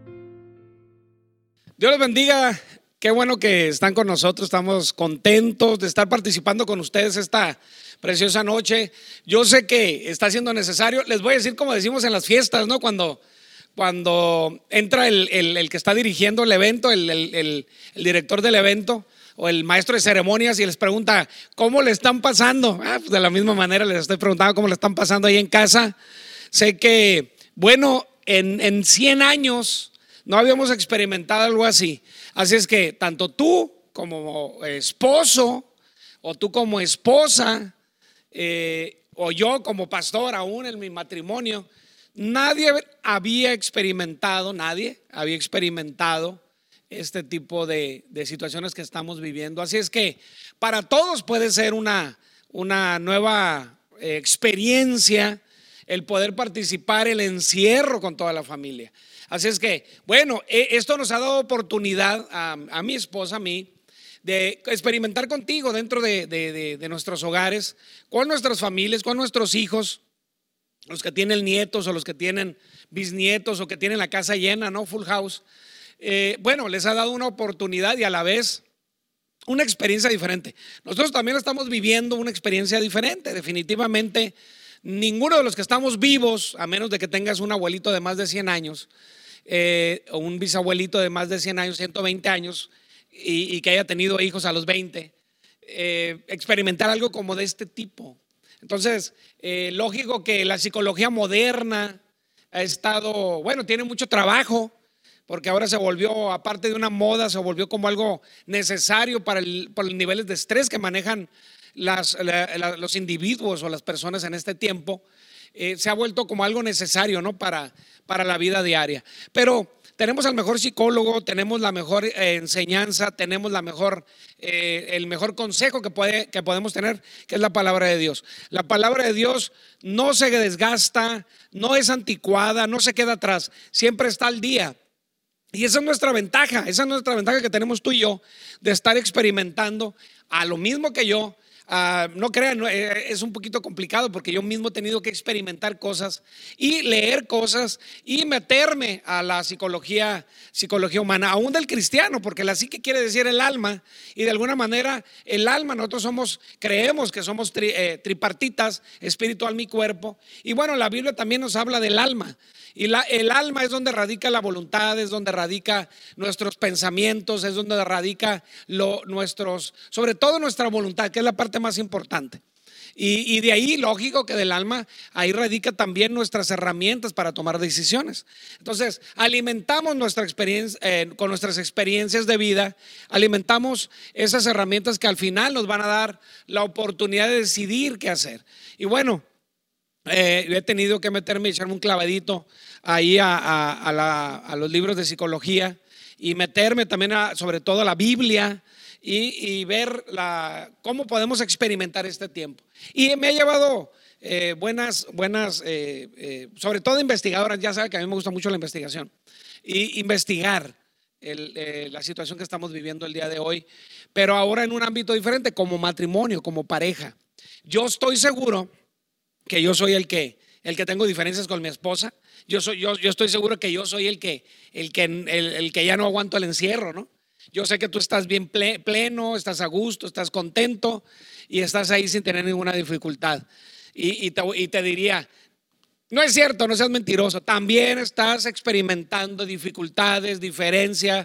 Dios les bendiga. Qué bueno que están con nosotros. Estamos contentos de estar participando con ustedes esta preciosa noche. Yo sé que está siendo necesario. Les voy a decir como decimos en las fiestas, ¿no? Cuando... Cuando entra el, el, el que está dirigiendo el evento, el, el, el, el director del evento o el maestro de ceremonias, y les pregunta cómo le están pasando. Ah, pues de la misma manera les estoy preguntando cómo le están pasando ahí en casa. Sé que, bueno, en, en cien años no habíamos experimentado algo así. Así es que tanto tú como esposo o tú como esposa eh, o yo como pastor aún en mi matrimonio, Nadie había experimentado, nadie había experimentado este tipo de, de situaciones que estamos viviendo. Así es que para todos puede ser una, una nueva eh, experiencia el poder participar el encierro con toda la familia. Así es que, bueno, eh, esto nos ha dado oportunidad a, a mi esposa, a mí, de experimentar contigo dentro de, de, de, de nuestros hogares, con nuestras familias, con nuestros hijos. Los que tienen nietos o los que tienen bisnietos o que tienen la casa llena, ¿no? Full house. Eh, bueno, les ha dado una oportunidad y a la vez una experiencia diferente. Nosotros también estamos viviendo una experiencia diferente. Definitivamente, ninguno de los que estamos vivos, a menos de que tengas un abuelito de más de cien años eh, o un bisabuelito de más de cien años, ciento veinte años y, y que haya tenido hijos a los veinte, eh, experimentar algo como de este tipo. Entonces, eh, lógico que la psicología moderna ha estado, bueno, tiene mucho trabajo, porque ahora se volvió, aparte de una moda, se volvió como algo necesario para el, por los niveles de estrés que manejan las, la, la, los individuos o las personas en este tiempo. Eh, se ha vuelto como algo necesario, ¿no? para, para la vida diaria. Pero tenemos al mejor psicólogo, tenemos la mejor eh, enseñanza, tenemos la mejor, eh, el mejor consejo que, puede, que podemos tener, que es la palabra de Dios. La palabra de Dios no se desgasta, no es anticuada, no se queda atrás, siempre está al día. Y esa es nuestra ventaja, esa es nuestra ventaja que tenemos tú y yo de estar experimentando a lo mismo que yo. Uh, no crean, no, es un poquito complicado porque yo mismo he tenido que experimentar cosas y leer cosas y meterme a la psicología, psicología humana, aún del cristiano, porque la psique quiere decir el alma, y de alguna manera el alma, nosotros somos, creemos que somos tri, eh, tripartitas, espíritu, alma y cuerpo. Y bueno, la Biblia también nos habla del alma. Y la, el alma es donde radica la voluntad, es donde radica nuestros pensamientos, es donde radica lo, nuestros, sobre todo nuestra voluntad, que es la parte más importante. Y, y de ahí, lógico que del alma, ahí radica también nuestras herramientas para tomar decisiones. Entonces, alimentamos nuestra experiencia, eh, con nuestras experiencias de vida, alimentamos esas herramientas que al final nos van a dar la oportunidad de decidir qué hacer. Y bueno, Eh, he tenido que meterme y echarme un clavadito ahí a, a, a, la, a los libros de psicología y meterme también a, sobre todo a la Biblia y, y ver la, cómo podemos experimentar este tiempo. Y me ha llevado eh, buenas, buenas eh, eh, sobre todo investigadoras. Ya saben que a mí me gusta mucho la investigación y investigar el, eh, la situación que estamos viviendo el día de hoy, pero ahora en un ámbito diferente, como matrimonio, como pareja. Yo estoy seguro que yo soy el que, el que tengo diferencias con mi esposa. Yo, soy, yo, yo estoy seguro que yo soy el que, el, que, el, el que ya no aguanto el encierro, ¿no? Yo sé que tú estás bien pleno, estás a gusto, estás contento y estás ahí sin tener ninguna dificultad. Y, y, te, y te diría, no es cierto, no seas mentiroso, también estás experimentando dificultades, diferencia,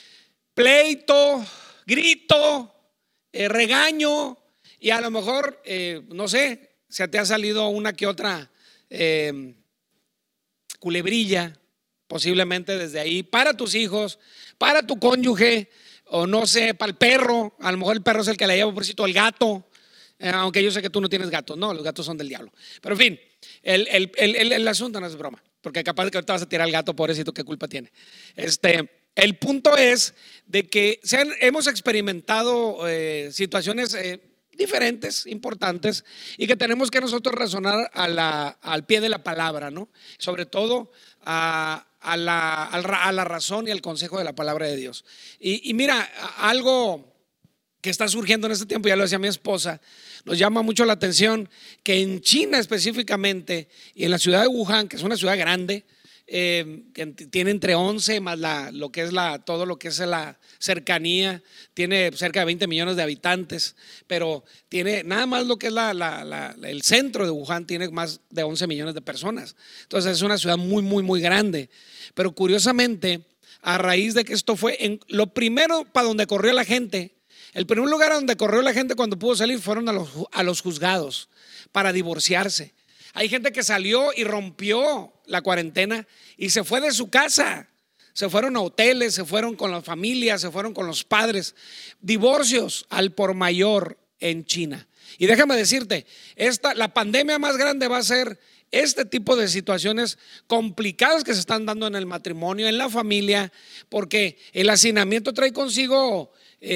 pleito, grito, eh, regaño, y a lo mejor, eh, no sé, se te ha salido una que otra eh, culebrilla, posiblemente desde ahí, para tus hijos, para tu cónyuge, o no sé, para el perro. A lo mejor el perro es el que le lleva, pobrecito, el gato, eh, aunque yo sé que tú no tienes gatos, no, los gatos son del diablo. Pero en fin, el, el, el, el, el asunto no es broma, porque capaz de que ahorita vas a tirar al gato, pobrecito, ¿qué culpa tiene? Este, el punto es de que se han, hemos experimentado eh, situaciones eh, diferentes, importantes, y que tenemos que nosotros razonar a la, al pie de la palabra, ¿no? Sobre todo a, a, la, a la razón y al consejo de la palabra de Dios. Y, y mira, algo que está surgiendo en este tiempo, ya lo decía mi esposa, nos llama mucho la atención que en China específicamente y en la ciudad de Wuhan, que es una ciudad grande, eh, que tiene entre once más la, lo que es la, todo lo que es la cercanía, tiene cerca de veinte millones de habitantes, pero tiene nada más lo que es la, la, la, el centro de Wuhan, tiene más de once millones de personas. Entonces es una ciudad muy, muy, muy grande. Pero curiosamente, a raíz de que esto fue, en, lo primero para donde corrió la gente, el primer lugar a donde corrió la gente cuando pudo salir fueron a los, a los juzgados para divorciarse. Hay gente que salió y rompió la cuarentena y se fue de su casa. Se fueron a hoteles, se fueron con la familia, se fueron con los padres. Divorcios al por mayor en China. Y déjame decirte, esta, la pandemia más grande va a ser este tipo de situaciones complicadas que se están dando en el matrimonio, en la familia, porque el hacinamiento trae consigo,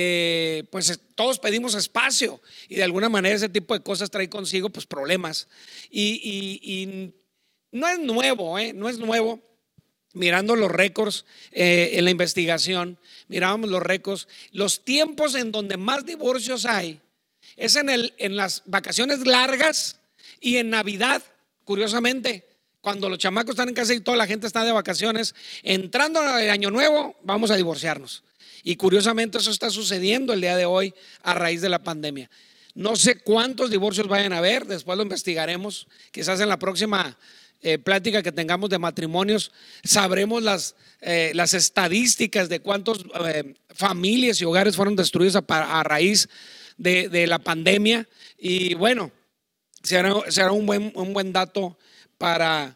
eh, pues todos pedimos espacio y de alguna manera ese tipo de cosas trae consigo pues problemas. Y, y, y no es nuevo, ¿eh? No es nuevo. Mirando los récords eh, en la investigación, mirábamos los récords, los tiempos en donde más divorcios hay es en, el, en las vacaciones largas y en Navidad. Curiosamente, cuando los chamacos están en casa y toda la gente está de vacaciones, entrando el año nuevo, vamos a divorciarnos. Y curiosamente eso está sucediendo el día de hoy a raíz de la pandemia. No sé cuántos divorcios vayan a haber, después lo investigaremos, quizás en la próxima eh, plática que tengamos de matrimonios, sabremos las, eh, las estadísticas de cuántas eh, familias y hogares fueron destruidos a, a raíz de, de la pandemia. Y bueno, será, será un, buen, un buen dato para,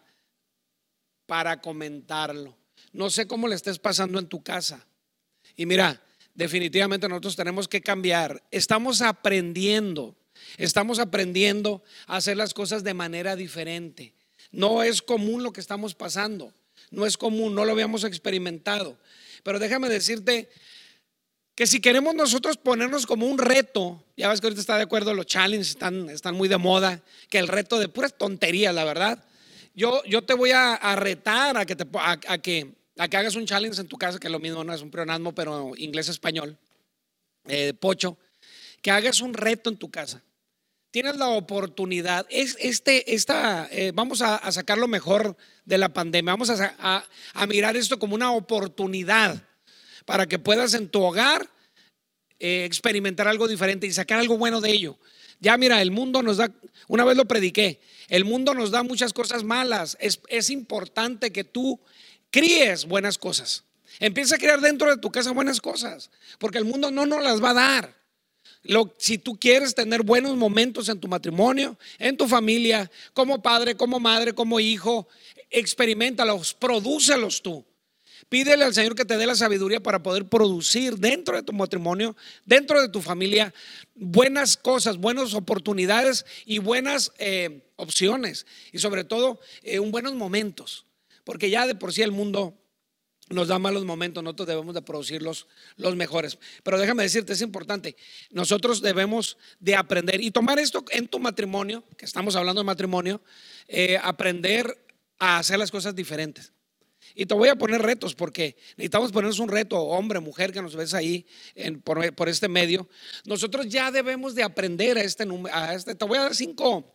para comentarlo. No sé cómo le estés pasando en tu casa. Y mira, definitivamente nosotros tenemos que cambiar. Estamos aprendiendo, estamos aprendiendo a hacer las cosas de manera diferente. No es común lo que estamos pasando, no es común, no lo habíamos experimentado. Pero déjame decirte que si queremos nosotros ponernos como un reto, ya ves que ahorita está de acuerdo, los challenges están, están muy de moda, que el reto de puras tonterías, la verdad. Yo, yo te voy a, a retar a que, te, a, a, que, a que hagas un challenge en tu casa, que es lo mismo, no es un pleonasmo, pero inglés-español, eh, pocho, que hagas un reto en tu casa. Tienes la oportunidad, es este, esta, eh, vamos a, a sacar lo mejor de la pandemia, vamos a, a, a mirar esto como una oportunidad para que puedas en tu hogar eh, experimentar algo diferente y sacar algo bueno de ello. Ya mira, el mundo nos da, una vez lo prediqué, el mundo nos da muchas cosas malas, es, es importante que tú críes buenas cosas, empieza a crear dentro de tu casa buenas cosas, porque el mundo no nos las va a dar. Lo, si tú quieres tener buenos momentos en tu matrimonio, en tu familia, como padre, como madre, como hijo, experimentalos, prodúcelos tú. Pídele al Señor que te dé la sabiduría para poder producir dentro de tu matrimonio, dentro de tu familia, buenas cosas, buenas oportunidades y buenas eh, opciones. Y sobre todo, eh, un buenos momentos. Porque ya de por sí el mundo nos da malos momentos, nosotros debemos de producir los, los mejores. Pero déjame decirte, es importante, nosotros debemos de aprender y tomar esto en tu matrimonio, que estamos hablando de matrimonio, eh, aprender a hacer las cosas diferentes. Y te voy a poner retos porque necesitamos ponernos un reto, hombre, mujer que nos ves ahí en, por, por este medio. Nosotros ya debemos de aprender a este número, a este, te voy a dar cinco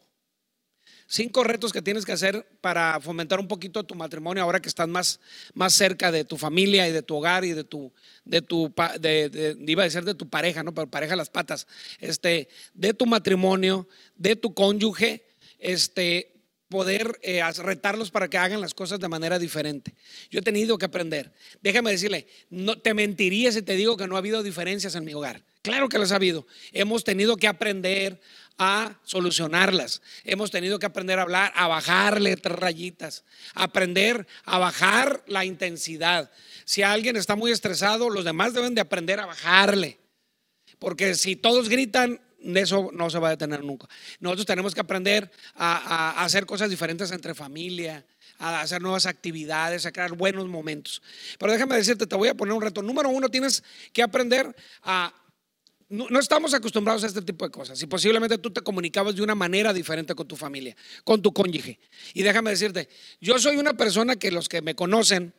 Cinco retos que tienes que hacer para fomentar un poquito tu matrimonio ahora que estás más, más cerca de tu familia y de tu hogar y de tu, de tu de, de, iba a decir de tu pareja, ¿no? Pero pareja las patas, este, de tu matrimonio, de tu cónyuge, este, poder eh, retarlos para que hagan las cosas de manera diferente. Yo he tenido que aprender. Déjame decirle, no te mentiría si te digo que no ha habido diferencias en mi hogar. Claro que las ha habido. Hemos tenido que aprender a solucionarlas. Hemos tenido que aprender a hablar, a bajarle tres rayitas, aprender a bajar la intensidad. Si alguien está muy estresado, los demás deben de aprender a bajarle, porque si todos gritan, eso no se va a detener nunca. Nosotros tenemos que aprender a, a, a hacer cosas diferentes entre familia, a hacer nuevas actividades, a crear buenos momentos. Pero déjame decirte, te voy a poner un reto. Número uno, tienes que aprender a No, no estamos acostumbrados a este tipo de cosas y posiblemente tú te comunicabas de una manera diferente con tu familia, con tu cónyuge. Y déjame decirte, yo soy una persona que los que me conocen,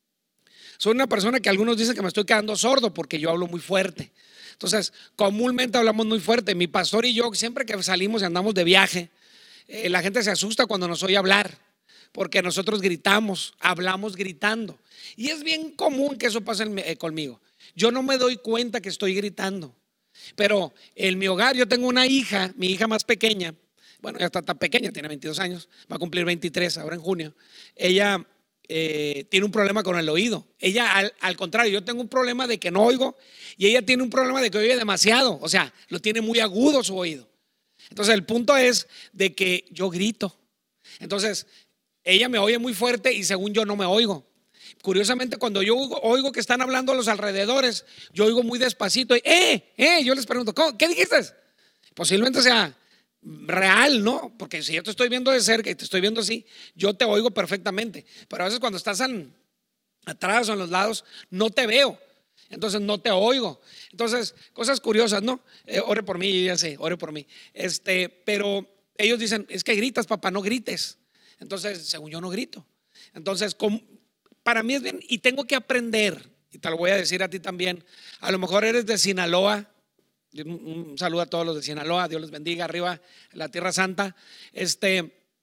soy una persona que algunos dicen que me estoy quedando sordo porque yo hablo muy fuerte. Entonces, comúnmente hablamos muy fuerte. Mi pastor y yo, siempre que salimos y andamos de viaje, eh, la gente se asusta cuando nos oye hablar, porque nosotros gritamos, hablamos gritando. Y es bien común que eso pase en, eh, conmigo. Yo no me doy cuenta que estoy gritando. Pero en mi hogar yo tengo una hija, mi hija más pequeña, bueno, ya está tan pequeña, tiene veintidós años, va a cumplir veintitrés ahora en junio. Ella eh, tiene un problema con el oído. Ella al, al contrario, yo tengo un problema de que no oigo y ella tiene un problema de que oye demasiado, o sea, lo tiene muy agudo su oído. Entonces el punto es de que yo grito. Entonces ella me oye muy fuerte y según yo no me oigo. Curiosamente, cuando yo oigo que están hablando a los alrededores, yo oigo muy despacito y, eh, eh, yo les pregunto, ¿qué dijiste? Posiblemente sea real, ¿no? Porque si yo te estoy viendo de cerca y te estoy viendo así, yo te oigo perfectamente. Pero a veces cuando estás en, atrás o en los lados, no te veo. Entonces no te oigo. Entonces, cosas curiosas, ¿no? Eh, ore por mí, ya sé, ore por mí. Este, pero ellos dicen, es que gritas, papá, no grites. Entonces, según yo no grito. Entonces, ¿cómo? Para mí es bien, y tengo que aprender, y te lo voy a decir a ti también. A lo mejor eres de Sinaloa. Un, un saludo a todos los de Sinaloa, Dios les bendiga, arriba la Tierra Santa. Este,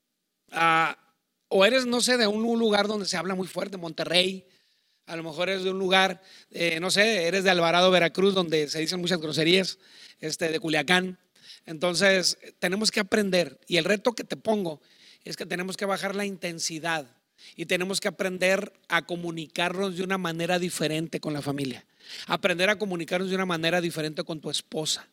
uh, o eres, no sé, de un lugar donde se habla muy fuerte, Monterrey. A lo mejor eres de un lugar, eh, no sé, eres de Alvarado, Veracruz, donde se dicen muchas groserías, este, de Culiacán. Entonces, tenemos que aprender. Y el reto que te pongo es que tenemos que bajar la intensidad. Y tenemos que aprender a comunicarnos de una manera diferente con la familia. Aprender a comunicarnos de una manera diferente con tu esposa.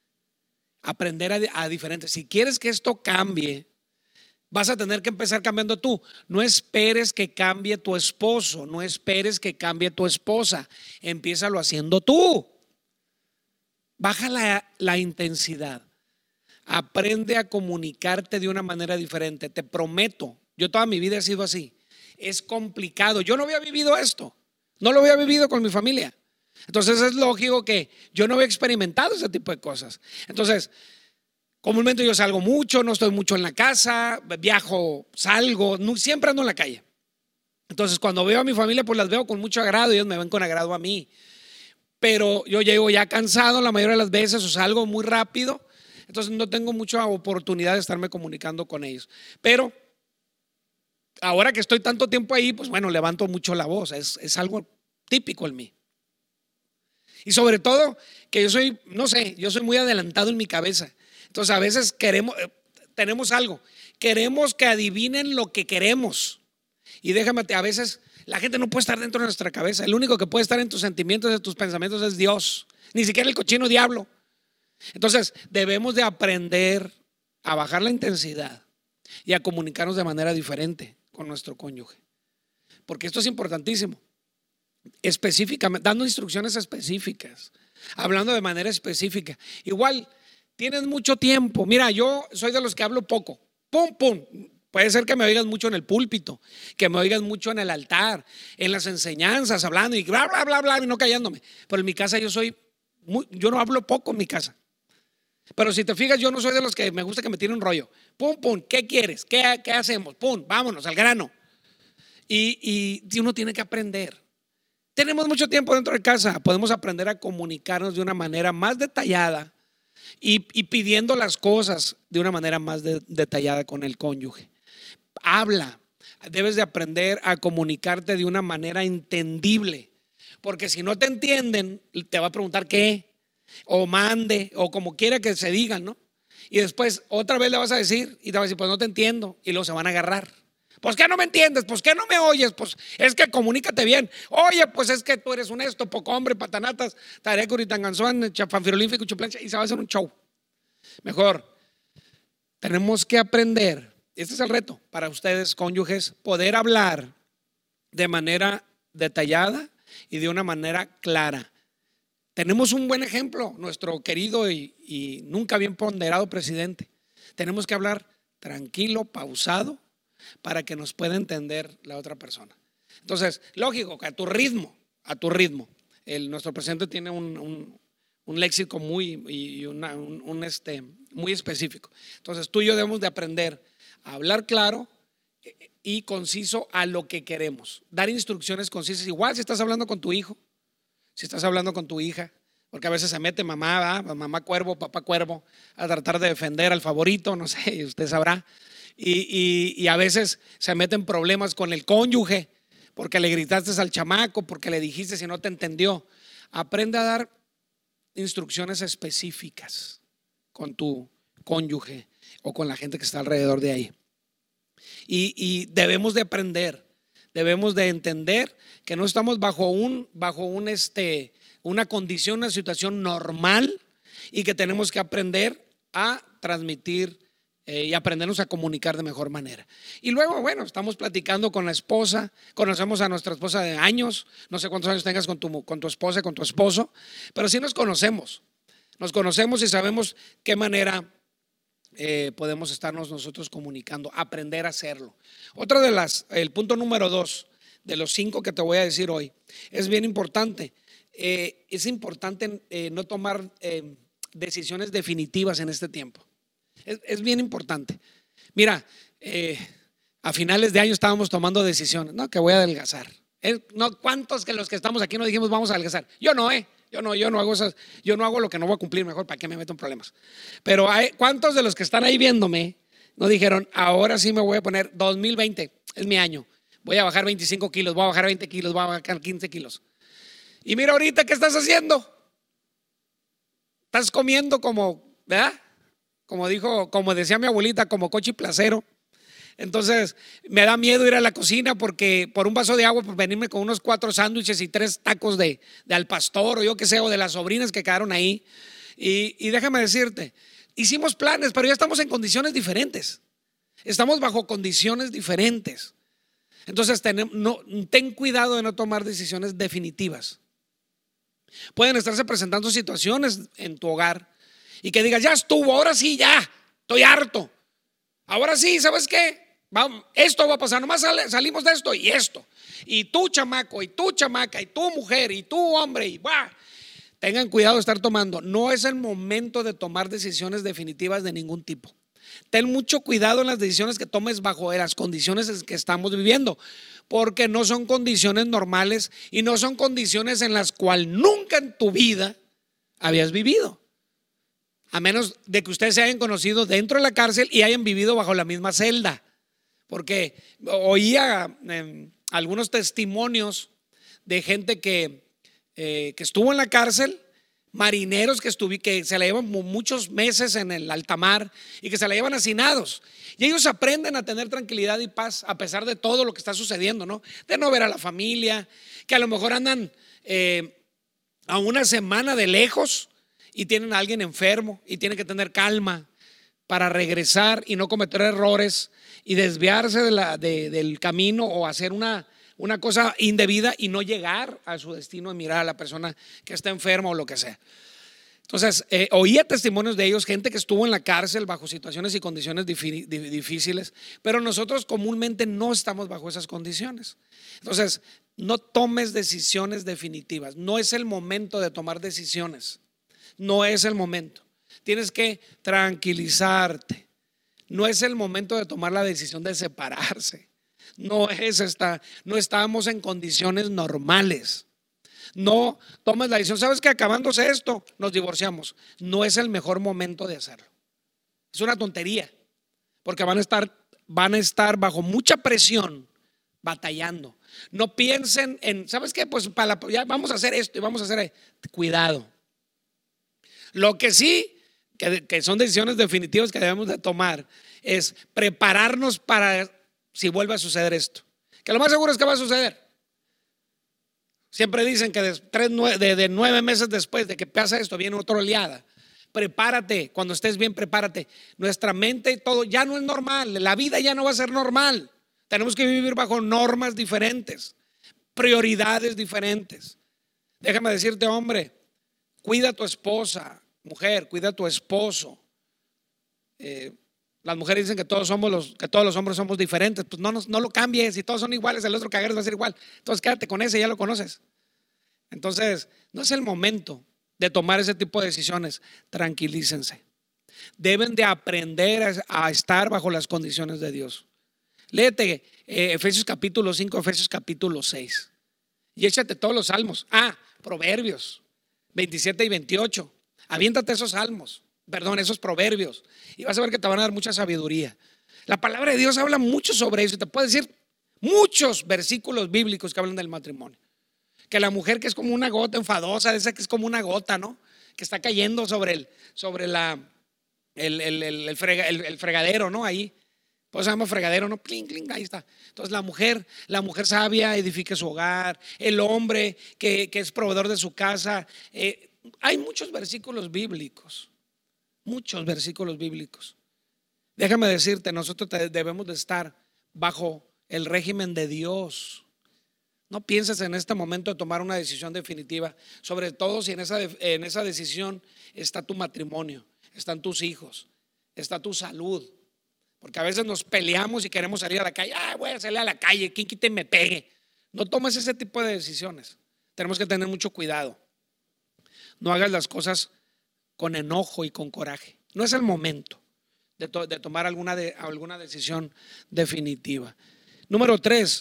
Aprender a, a diferente. Si quieres que esto cambie, vas a tener que empezar cambiando tú. No esperes que cambie tu esposo. No esperes que cambie tu esposa. Empiézalo haciendo tú. Baja la, la intensidad. Aprende a comunicarte de una manera diferente. Te prometo, yo toda mi vida he sido así. Es complicado. Yo no había vivido esto. No lo había vivido con mi familia. Entonces es lógico que yo no había experimentado ese tipo de cosas. Entonces, comúnmente yo salgo mucho, no estoy mucho en la casa, viajo, salgo, no, siempre ando en la calle. Entonces cuando veo a mi familia, pues las veo con mucho agrado y ellos me ven con agrado a mí. Pero yo llego ya cansado la mayoría de las veces o salgo muy rápido. Entonces no tengo mucha oportunidad de estarme comunicando con ellos. Pero ahora que estoy tanto tiempo ahí, pues bueno, levanto mucho la voz. Es, es algo típico en mí. Y sobre todo que yo soy, no sé, yo soy muy adelantado en mi cabeza. Entonces a veces queremos, tenemos algo, queremos que adivinen lo que queremos. Y déjame, a veces la gente no puede estar dentro de nuestra cabeza. El único que puede estar en tus sentimientos, en tus pensamientos es Dios. Ni siquiera el cochino diablo. Entonces debemos de aprender a bajar la intensidad y a comunicarnos de manera diferente con nuestro cónyuge. Porque esto es importantísimo. Específicamente, dando instrucciones específicas, hablando de manera específica. Igual, tienes mucho tiempo. Mira, yo soy de los que hablo poco. Pum, pum. Puede ser que me oigas mucho en el púlpito, que me oigas mucho en el altar, en las enseñanzas, hablando y bla, bla, bla, bla, y no callándome. Pero en mi casa yo soy, muy, yo no hablo poco en mi casa. Pero si te fijas, yo no soy de los que me gusta que me tiren un rollo. Pum, pum, ¿qué quieres? ¿Qué, qué hacemos? Pum, vámonos al grano. Y, y uno tiene que aprender. Tenemos mucho tiempo dentro de casa, podemos aprender a comunicarnos de una manera más detallada y, y pidiendo las cosas de una manera más de, detallada con el cónyuge. Habla, debes de aprender a comunicarte de una manera entendible, porque si no te entienden, te va a preguntar qué, o mande, o como quiera que se digan, ¿no? Y después otra vez le vas a decir y te va a decir, pues no te entiendo, y luego se van a agarrar. ¿Pues qué no me entiendes? ¿Pues qué no me oyes? Pues es que comunícate bien. Oye, pues es que tú eres un esto, poco hombre, patanatas, tarecuri, tanganzuan, chafanfirulín, cuchuplancha, y se va a hacer un show. Mejor, tenemos que aprender, este es el reto para ustedes, cónyuges, poder hablar de manera detallada y de una manera clara. Tenemos un buen ejemplo, nuestro querido y, y nunca bien ponderado presidente. Tenemos que hablar tranquilo, pausado, para que nos pueda entender la otra persona. Entonces, lógico que a tu ritmo, a tu ritmo, el, nuestro presidente tiene un, un, un léxico muy, y una, un, un este, muy específico. Entonces, tú y yo debemos de aprender a hablar claro y conciso a lo que queremos. Dar instrucciones concisas, igual si estás hablando con tu hijo, si estás hablando con tu hija, porque a veces se mete mamá, ¿verdad? Mamá cuervo, papá cuervo, a tratar de defender al favorito, no sé, usted sabrá. Y, y, y a veces se meten problemas con el cónyuge porque le gritaste al chamaco, porque le dijiste si no te entendió. Aprende a dar instrucciones específicas con tu cónyuge o con la gente que está alrededor de ahí. Y, y debemos de aprender, debemos de entender que no estamos bajo un, bajo un este, una condición, una situación normal y que tenemos que aprender a transmitir Eh, y aprendernos a comunicar de mejor manera. Y luego, bueno, estamos platicando con la esposa, conocemos a nuestra esposa de años, no sé cuántos años tengas con tu, con tu esposa, con tu esposo, pero sí nos conocemos, nos conocemos y sabemos qué manera eh, podemos estarnos nosotros comunicando, aprender a hacerlo. Otra de las, el punto número dos de los cinco que te voy a decir hoy, es bien importante, eh, es importante eh, no tomar eh, decisiones definitivas en este tiempo. Es, es bien importante. Mira, eh, a finales de año estábamos tomando decisiones, no, que voy a adelgazar. Eh, no, ¿cuántos que los que estamos aquí no dijimos vamos a adelgazar? Yo no, eh, yo no, yo no hago esas, yo no hago lo que no voy a cumplir, mejor para qué me meto en problemas. Pero hay, ¿cuántos de los que están ahí viéndome no dijeron, ahora sí me voy a poner dos mil veinte, es mi año, voy a bajar veinticinco kilos, voy a bajar veinte kilos, voy a bajar quince kilos? Y mira ahorita, ¿qué estás haciendo? Estás comiendo como, ¿verdad? Como dijo, como decía mi abuelita, como coche placero. Entonces me da miedo ir a la cocina porque por un vaso de agua, por venirme con unos cuatro sándwiches y tres tacos de, de al pastor o yo qué sé, o de las sobrinas que quedaron ahí. Y, y déjame decirte, hicimos planes, pero ya estamos en condiciones diferentes. Estamos bajo condiciones diferentes. Entonces ten, no, ten cuidado de no tomar decisiones definitivas. Pueden estarse presentando situaciones en tu hogar y que digas, ya estuvo, ahora sí, ya, estoy harto. Ahora sí, ¿sabes qué? Vamos, esto va a pasar, nomás sale, salimos de esto y esto. Y tú chamaco, y tú chamaca, y tú mujer, y tú hombre, y bah. Tengan cuidado de estar tomando. No es el momento de tomar decisiones definitivas de ningún tipo. Ten mucho cuidado en las decisiones que tomes bajo las condiciones en que estamos viviendo, porque no son condiciones normales y no son condiciones en las cuales nunca en tu vida habías vivido. A menos de que ustedes se hayan conocido dentro de la cárcel y hayan vivido bajo la misma celda. Porque oía eh, algunos testimonios de gente que, eh, que estuvo en la cárcel, marineros que, estuvi, que se la llevan muchos meses en el alta mar y que se la llevan hacinados. Y ellos aprenden a tener tranquilidad y paz a pesar de todo lo que está sucediendo, ¿no? De no ver a la familia, que a lo mejor andan eh, a una semana de lejos y tienen a alguien enfermo y tienen que tener calma para regresar y no cometer errores y desviarse de la, de, del camino o hacer una, una cosa indebida y no llegar a su destino y mirar a la persona que está enferma o lo que sea. Entonces, eh, oía testimonios de ellos, gente que estuvo en la cárcel bajo situaciones y condiciones difíciles, pero nosotros comúnmente no estamos bajo esas condiciones. Entonces, no tomes decisiones definitivas. No es el momento de tomar decisiones. No es el momento. Tienes que tranquilizarte. No es el momento de tomar la decisión de separarse. No es esta, no estamos en condiciones normales. No tomes la decisión, sabes que acabándose esto nos divorciamos. No es el mejor momento de hacerlo. Es una tontería, porque van a estar, van a estar bajo mucha presión, batallando. No piensen en, ¿sabes qué? Pues para la, ya vamos a hacer esto y vamos a hacer, cuidado. Lo que sí, que, que son decisiones definitivas que debemos de tomar, es prepararnos para si vuelve a suceder esto. Que lo más seguro es que va a suceder. Siempre dicen que de, tres, de, de nueve meses después de que pasa esto viene otra oleada. Prepárate, cuando estés bien, prepárate. Nuestra mente y todo ya no es normal. La vida ya no va a ser normal. Tenemos que vivir bajo normas diferentes, prioridades diferentes. Déjame decirte, hombre, cuida a tu esposa. Mujer, cuida a tu esposo. Eh, las mujeres dicen que todos somos los, que todos los hombres somos diferentes. Pues no, no, no lo cambies. Si todos son iguales, el otro que agarres va a ser igual. Entonces quédate con ese, ya lo conoces. Entonces, no es el momento de tomar ese tipo de decisiones. Tranquilícense. Deben de aprender a, a estar bajo las condiciones de Dios. Léete eh, Efesios capítulo cinco, Efesios capítulo seis. Y échate todos los salmos. Ah, Proverbios veintisiete y veintiocho. Aviéntate esos salmos, perdón, esos proverbios, y vas a ver que te van a dar mucha sabiduría. La palabra de Dios habla mucho sobre eso y te puede decir muchos versículos bíblicos que hablan del matrimonio. Que la mujer que es como una gota enfadosa, esa que es como una gota, ¿no? Que está cayendo sobre el, sobre la, el, el, el, el, frega, el, el fregadero, ¿no? Ahí. Pues se llama fregadero, ¿no? Cling, cling, ahí está. Entonces la mujer, la mujer sabia edifique su hogar. El hombre que, que es proveedor de su casa. Eh, hay muchos versículos bíblicos. Muchos versículos bíblicos. Déjame decirte, nosotros debemos de estar bajo el régimen de Dios. No pienses en este momento de tomar una decisión definitiva, sobre todo si en esa, en esa decisión está tu matrimonio, están tus hijos, está tu salud. Porque a veces nos peleamos y queremos salir a la calle. Ah, voy a salir a la calle, quien quite y me pegue. No tomes ese tipo de decisiones. Tenemos que tener mucho cuidado. No hagas las cosas con enojo y con coraje. No es el momento de, to de tomar alguna, de, alguna decisión definitiva. Número tres,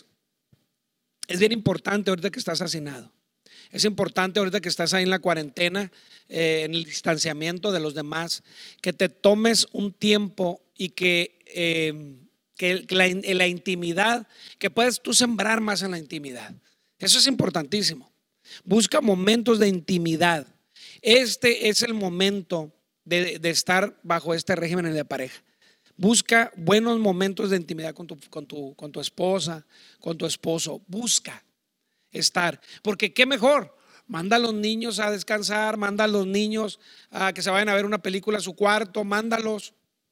es bien importante ahorita que estás hacinado. Es importante ahorita que estás ahí en la cuarentena, eh, en el distanciamiento de los demás, que te tomes un tiempo y que, eh, que la, en la intimidad, que puedas tú sembrar más en la intimidad. Eso es importantísimo. Busca momentos de intimidad. Este es el momento de, de estar bajo este régimen de pareja. Busca buenos momentos de intimidad con tu, con tu, con tu esposa, con tu esposo. Busca estar, porque qué mejor, manda a los niños a descansar, manda a los niños a que se vayan a ver una película a su cuarto, mándalos.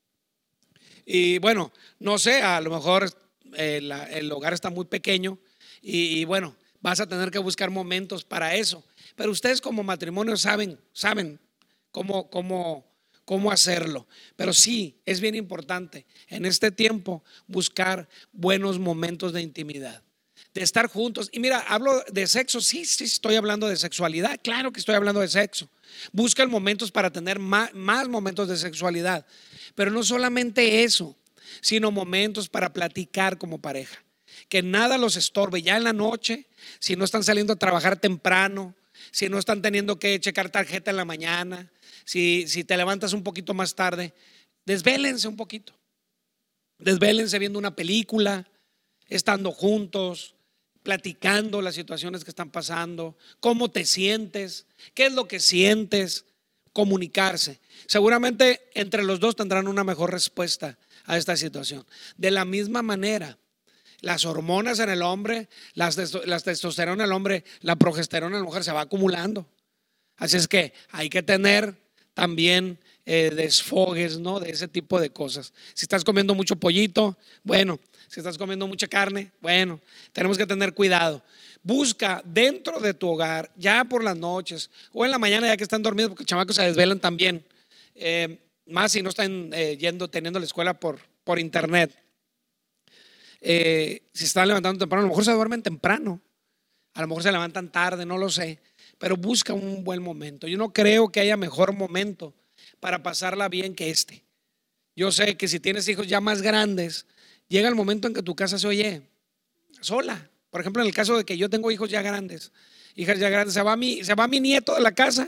Y bueno, no sé, a lo mejor eh, la, el hogar está muy pequeño y, y bueno, vas a tener que buscar momentos para eso. Pero ustedes como matrimonio saben, saben cómo, cómo, cómo hacerlo. Pero sí, es bien importante en este tiempo buscar buenos momentos de intimidad, de estar juntos. Y mira, hablo de sexo, sí, sí estoy hablando de sexualidad, claro que estoy hablando de sexo. Buscan momentos para tener más, más momentos de sexualidad, pero no solamente eso, sino momentos para platicar como pareja, que nada los estorbe ya en la noche, si no están saliendo a trabajar temprano, si no están teniendo que checar tarjeta en la mañana, si, si te levantas un poquito más tarde, desvélense un poquito, desvélense viendo una película, estando juntos, platicando las situaciones que están pasando, cómo te sientes, qué es lo que sientes, comunicarse. Seguramente entre los dos tendrán una mejor respuesta a esta situación. De la misma manera, las hormonas en el hombre, las, las testosterona en el hombre, la progesterona en la mujer se va acumulando. Así es que hay que tener también eh, desfogues, ¿no? De ese tipo de cosas. Si estás comiendo mucho pollito, bueno, si estás comiendo mucha carne, bueno, tenemos que tener cuidado. busca dentro de tu hogar, ya por las noches o en la mañana ya que están dormidos, porque los chamacos se desvelan también, eh, más si no están eh, yendo, teniendo la escuela por, por internet. Eh, si se están levantando temprano, a lo mejor se duermen temprano, a lo mejor se levantan tarde, no lo sé, pero busca un buen momento. Yo no creo que haya mejor momento para pasarla bien que este. Yo sé que si tienes hijos ya más grandes, llega el momento en que tu casa se oye sola. Por ejemplo, en el caso de que yo tengo hijos ya grandes, hijas ya grandes, se va mi, se va mi nieto de la casa,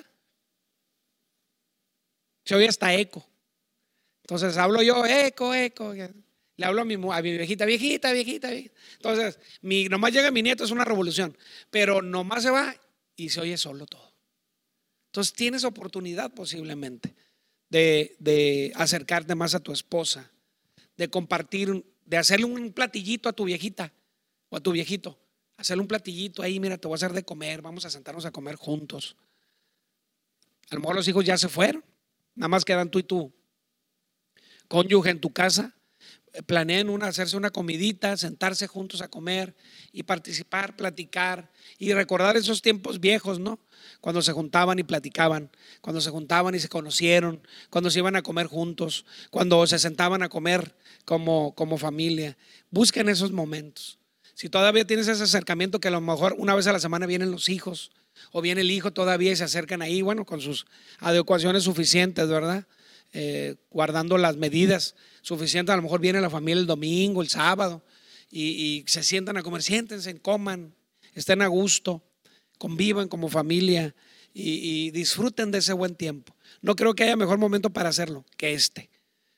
se oye hasta eco. Entonces hablo yo, eco, eco. Le hablo a mi, a mi viejita, viejita, viejita, viejita. Entonces, mi, nomás llega mi nieto, es una revolución. Pero nomás se va y se oye solo todo. Entonces tienes oportunidad posiblemente de, de acercarte más a tu esposa, de compartir, de hacerle un platillito a tu viejita o a tu viejito. Hacerle un platillito ahí, mira, te voy a hacer de comer, vamos a sentarnos a comer juntos. A lo mejor los hijos ya se fueron, nada más quedan tú y tu cónyuge en tu casa. Planeen una, hacerse una comidita, sentarse juntos a comer y participar, platicar y recordar esos tiempos viejos, ¿no? Cuando se juntaban y platicaban, cuando se juntaban y se conocieron, cuando se iban a comer juntos, cuando se sentaban a comer como, como familia. Busquen esos momentos. Si todavía tienes ese acercamiento que a lo mejor una vez a la semana vienen los hijos o viene el hijo todavía y se acercan ahí, bueno, con sus adecuaciones suficientes, ¿verdad? Eh, guardando las medidas suficientes, a lo mejor viene la familia el domingo, el sábado y, y se sientan a comer, siéntense, coman, estén a gusto, convivan como familia y, y disfruten de ese buen tiempo. No creo que haya mejor momento para hacerlo que este.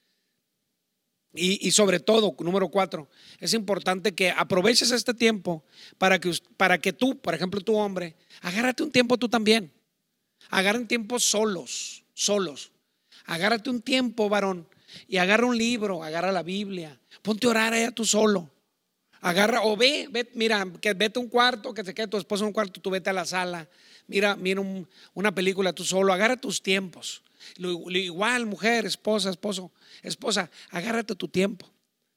Y, y sobre todo, número cuatro, es importante que aproveches este tiempo para que, para que tú, por ejemplo, tu hombre, agárrate un tiempo tú también. Agarren tiempos solos, solos. Agárrate un tiempo, varón, y agarra un libro, agarra la Biblia, ponte a orar allá tú solo. Agarra, o ve, ve, mira, que vete a un cuarto, que se quede tu esposo en un cuarto, tú vete a la sala, mira, mira un, una película tú solo, agarra tus tiempos. Lo, lo, igual, mujer, esposa, esposo, esposa, agárrate tu tiempo.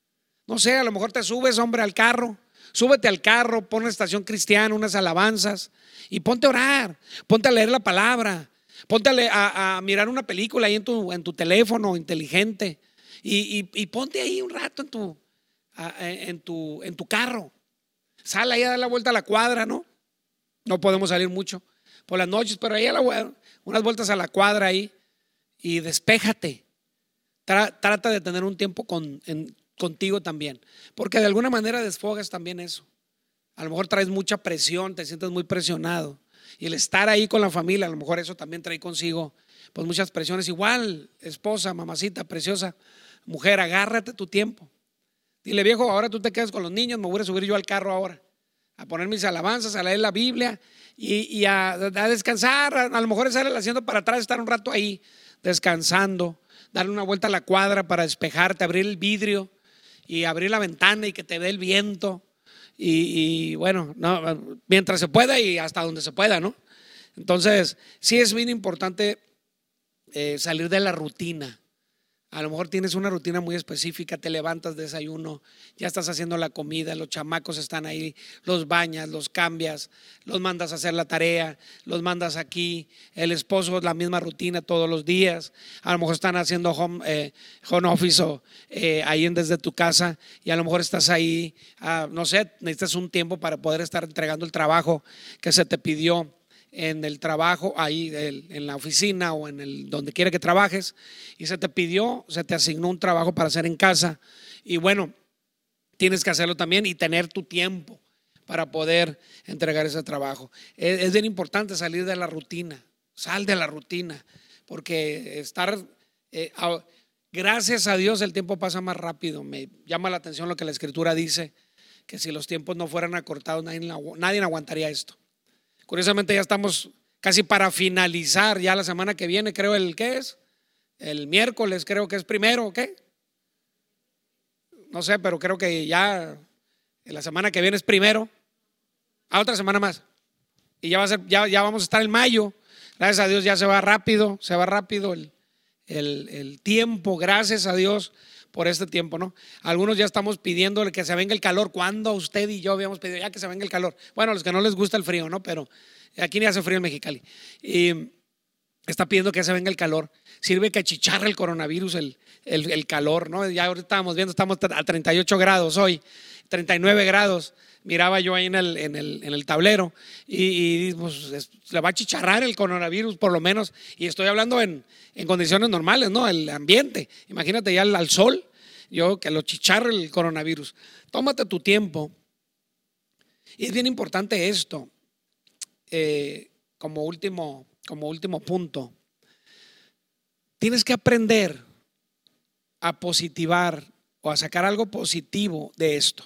No sé, a lo mejor te subes, hombre, al carro, súbete al carro, pon una estación cristiana, unas alabanzas y ponte a orar, ponte a leer la palabra. Ponte a, a mirar una película ahí en tu, en tu teléfono inteligente y, y, y ponte ahí un rato en tu, a, en, tu, en tu carro. Sal ahí a dar la vuelta a la cuadra, ¿no? No podemos salir mucho por las noches, pero ahí a la, unas vueltas a la cuadra ahí y despéjate. Tra, trata de tener un tiempo con, en, contigo también, porque de alguna manera desfogas también eso. A lo mejor traes mucha presión, te sientes muy presionado. Y el estar ahí con la familia, a lo mejor eso también trae consigo pues muchas presiones. Igual, esposa, mamacita, preciosa, mujer, agárrate tu tiempo. Dile, viejo, ahora tú te quedas con los niños, me voy a subir yo al carro ahora, a poner mis alabanzas, a leer la Biblia y, y a, a descansar. A, a lo mejor es salir haciendo para atrás, estar un rato ahí, descansando, darle una vuelta a la cuadra para despejarte, abrir el vidrio y abrir la ventana y que te dé el viento. Y, y bueno, no, mientras se pueda y hasta donde se pueda, ¿no? Entonces, sí es bien importante eh, salir de la rutina. A lo mejor tienes una rutina muy específica, te levantas, desayuno, ya estás haciendo la comida, los chamacos están ahí, los bañas, los cambias, los mandas a hacer la tarea, los mandas aquí, el esposo la misma rutina todos los días, a lo mejor están haciendo home, eh, home office o eh, ahí desde tu casa y a lo mejor estás ahí, ah, no sé, necesitas un tiempo para poder estar entregando el trabajo que se te pidió en el trabajo, ahí en la oficina o en el donde quiera que trabajes y se te pidió, se te asignó un trabajo para hacer en casa y bueno, tienes que hacerlo también y tener tu tiempo para poder entregar ese trabajo. Es, es bien importante salir de la rutina, sal de la rutina porque estar, eh, a, gracias a Dios el tiempo pasa más rápido. Me llama la atención lo que la Escritura dice, que si los tiempos no fueran acortados nadie, nadie aguantaría esto. Curiosamente ya estamos casi para finalizar ya la semana que viene, creo el ¿qué es? El miércoles creo que es primero, ¿o qué? No sé, pero creo que ya la semana que viene es primero. A otra semana más. Y ya va a ser, ya, ya vamos a estar en mayo. Gracias a Dios ya se va rápido, se va rápido el, el, el tiempo, gracias a Dios, por este tiempo, ¿no? Algunos ya estamos pidiéndole que se venga el calor. ¿Cuándo usted y yo habíamos pedido ya que se venga el calor? Bueno, a los que no les gusta el frío, ¿no? Pero aquí ni hace frío en Mexicali. Y está pidiendo que se venga el calor. Sirve que achicharra el coronavirus, el, el, el calor, ¿no? Ya ahorita estábamos viendo, estamos a treinta y ocho grados hoy, treinta y nueve grados. Miraba yo ahí en el, en el, en el tablero y, y pues, es, le va a chicharrar el coronavirus por lo menos. Y estoy hablando en, en condiciones normales, ¿no? El ambiente. Imagínate ya al, al sol, yo que lo chicharre el coronavirus. Tómate tu tiempo. Y es bien importante esto, eh, como, último, como último punto. Tienes que aprender a positivar o a sacar algo positivo de esto.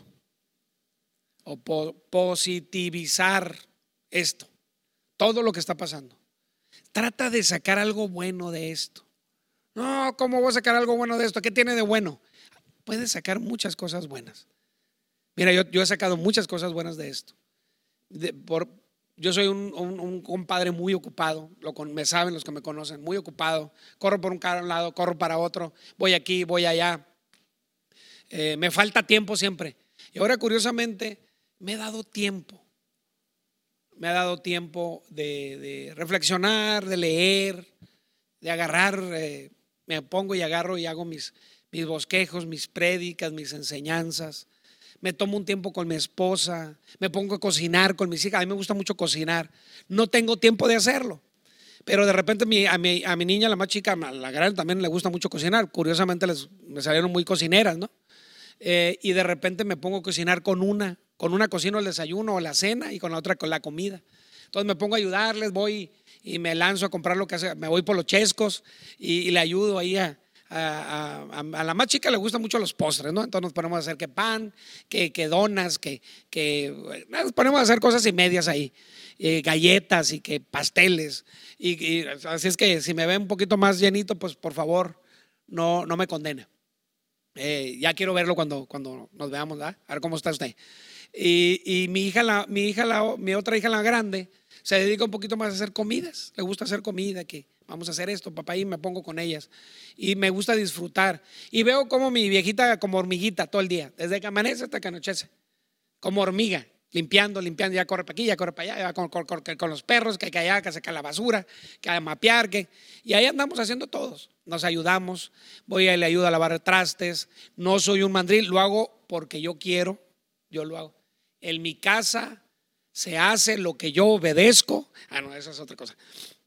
O po positivizar esto, todo lo que está pasando. Trata de sacar algo bueno de esto. No, ¿cómo voy a sacar algo bueno de esto? ¿Qué tiene de bueno? Puedes sacar muchas cosas buenas. Mira, yo, yo he sacado muchas cosas buenas de esto. De, por, yo soy un, un, un compadre muy ocupado, lo con, me saben los que me conocen, muy ocupado. Corro por un lado, corro para otro, voy aquí, voy allá. Eh, me falta tiempo siempre. Y ahora, curiosamente, me he dado tiempo, me ha dado tiempo de, de reflexionar, de leer, de agarrar, eh, me pongo y agarro y hago mis, mis bosquejos, mis prédicas, mis enseñanzas. Me tomo un tiempo con mi esposa, me pongo a cocinar con mis hijas. A mí me gusta mucho cocinar, no tengo tiempo de hacerlo, pero de repente mi, a, mi, a mi niña, la más chica, a la grande también le gusta mucho cocinar. Curiosamente les, me salieron muy cocineras, ¿no? Eh, y de repente me pongo a cocinar con una, con una cocino el desayuno o la cena y con la otra con la comida. Entonces me pongo a ayudarles, voy y me lanzo a comprar lo que hace, me voy por los chescos y, y le ayudo ahí a, a, a, a la más chica le gustan mucho los postres, ¿no? Entonces nos ponemos a hacer que pan, que, que donas, que, que nos ponemos a hacer cosas y medias ahí, eh, galletas y que pasteles. Y, y así es que si me ve un poquito más llenito, pues por favor no, no me condene. Eh, ya quiero verlo cuando, cuando nos veamos, ¿verdad? A ver cómo está usted. Y, y mi hija, la, mi hija la, mi otra hija, la grande, se dedica un poquito más a hacer comidas. Le gusta hacer comida, que vamos a hacer esto, papá, y me pongo con ellas. Y me gusta disfrutar. Y veo como mi viejita, como hormiguita todo el día, desde que amanece hasta que anochece, como hormiga, limpiando, limpiando, ya corre para aquí, ya corre para allá, ya con, con, con, con los perros, que hay que allá, que saca la basura, que hay que mapear, que, y ahí andamos haciendo todos. Nos ayudamos, voy y le ayudo a lavar trastes. No soy un mandril, lo hago porque yo quiero, yo lo hago. En mi casa se hace lo que yo obedezco. Ah, no, eso es otra cosa.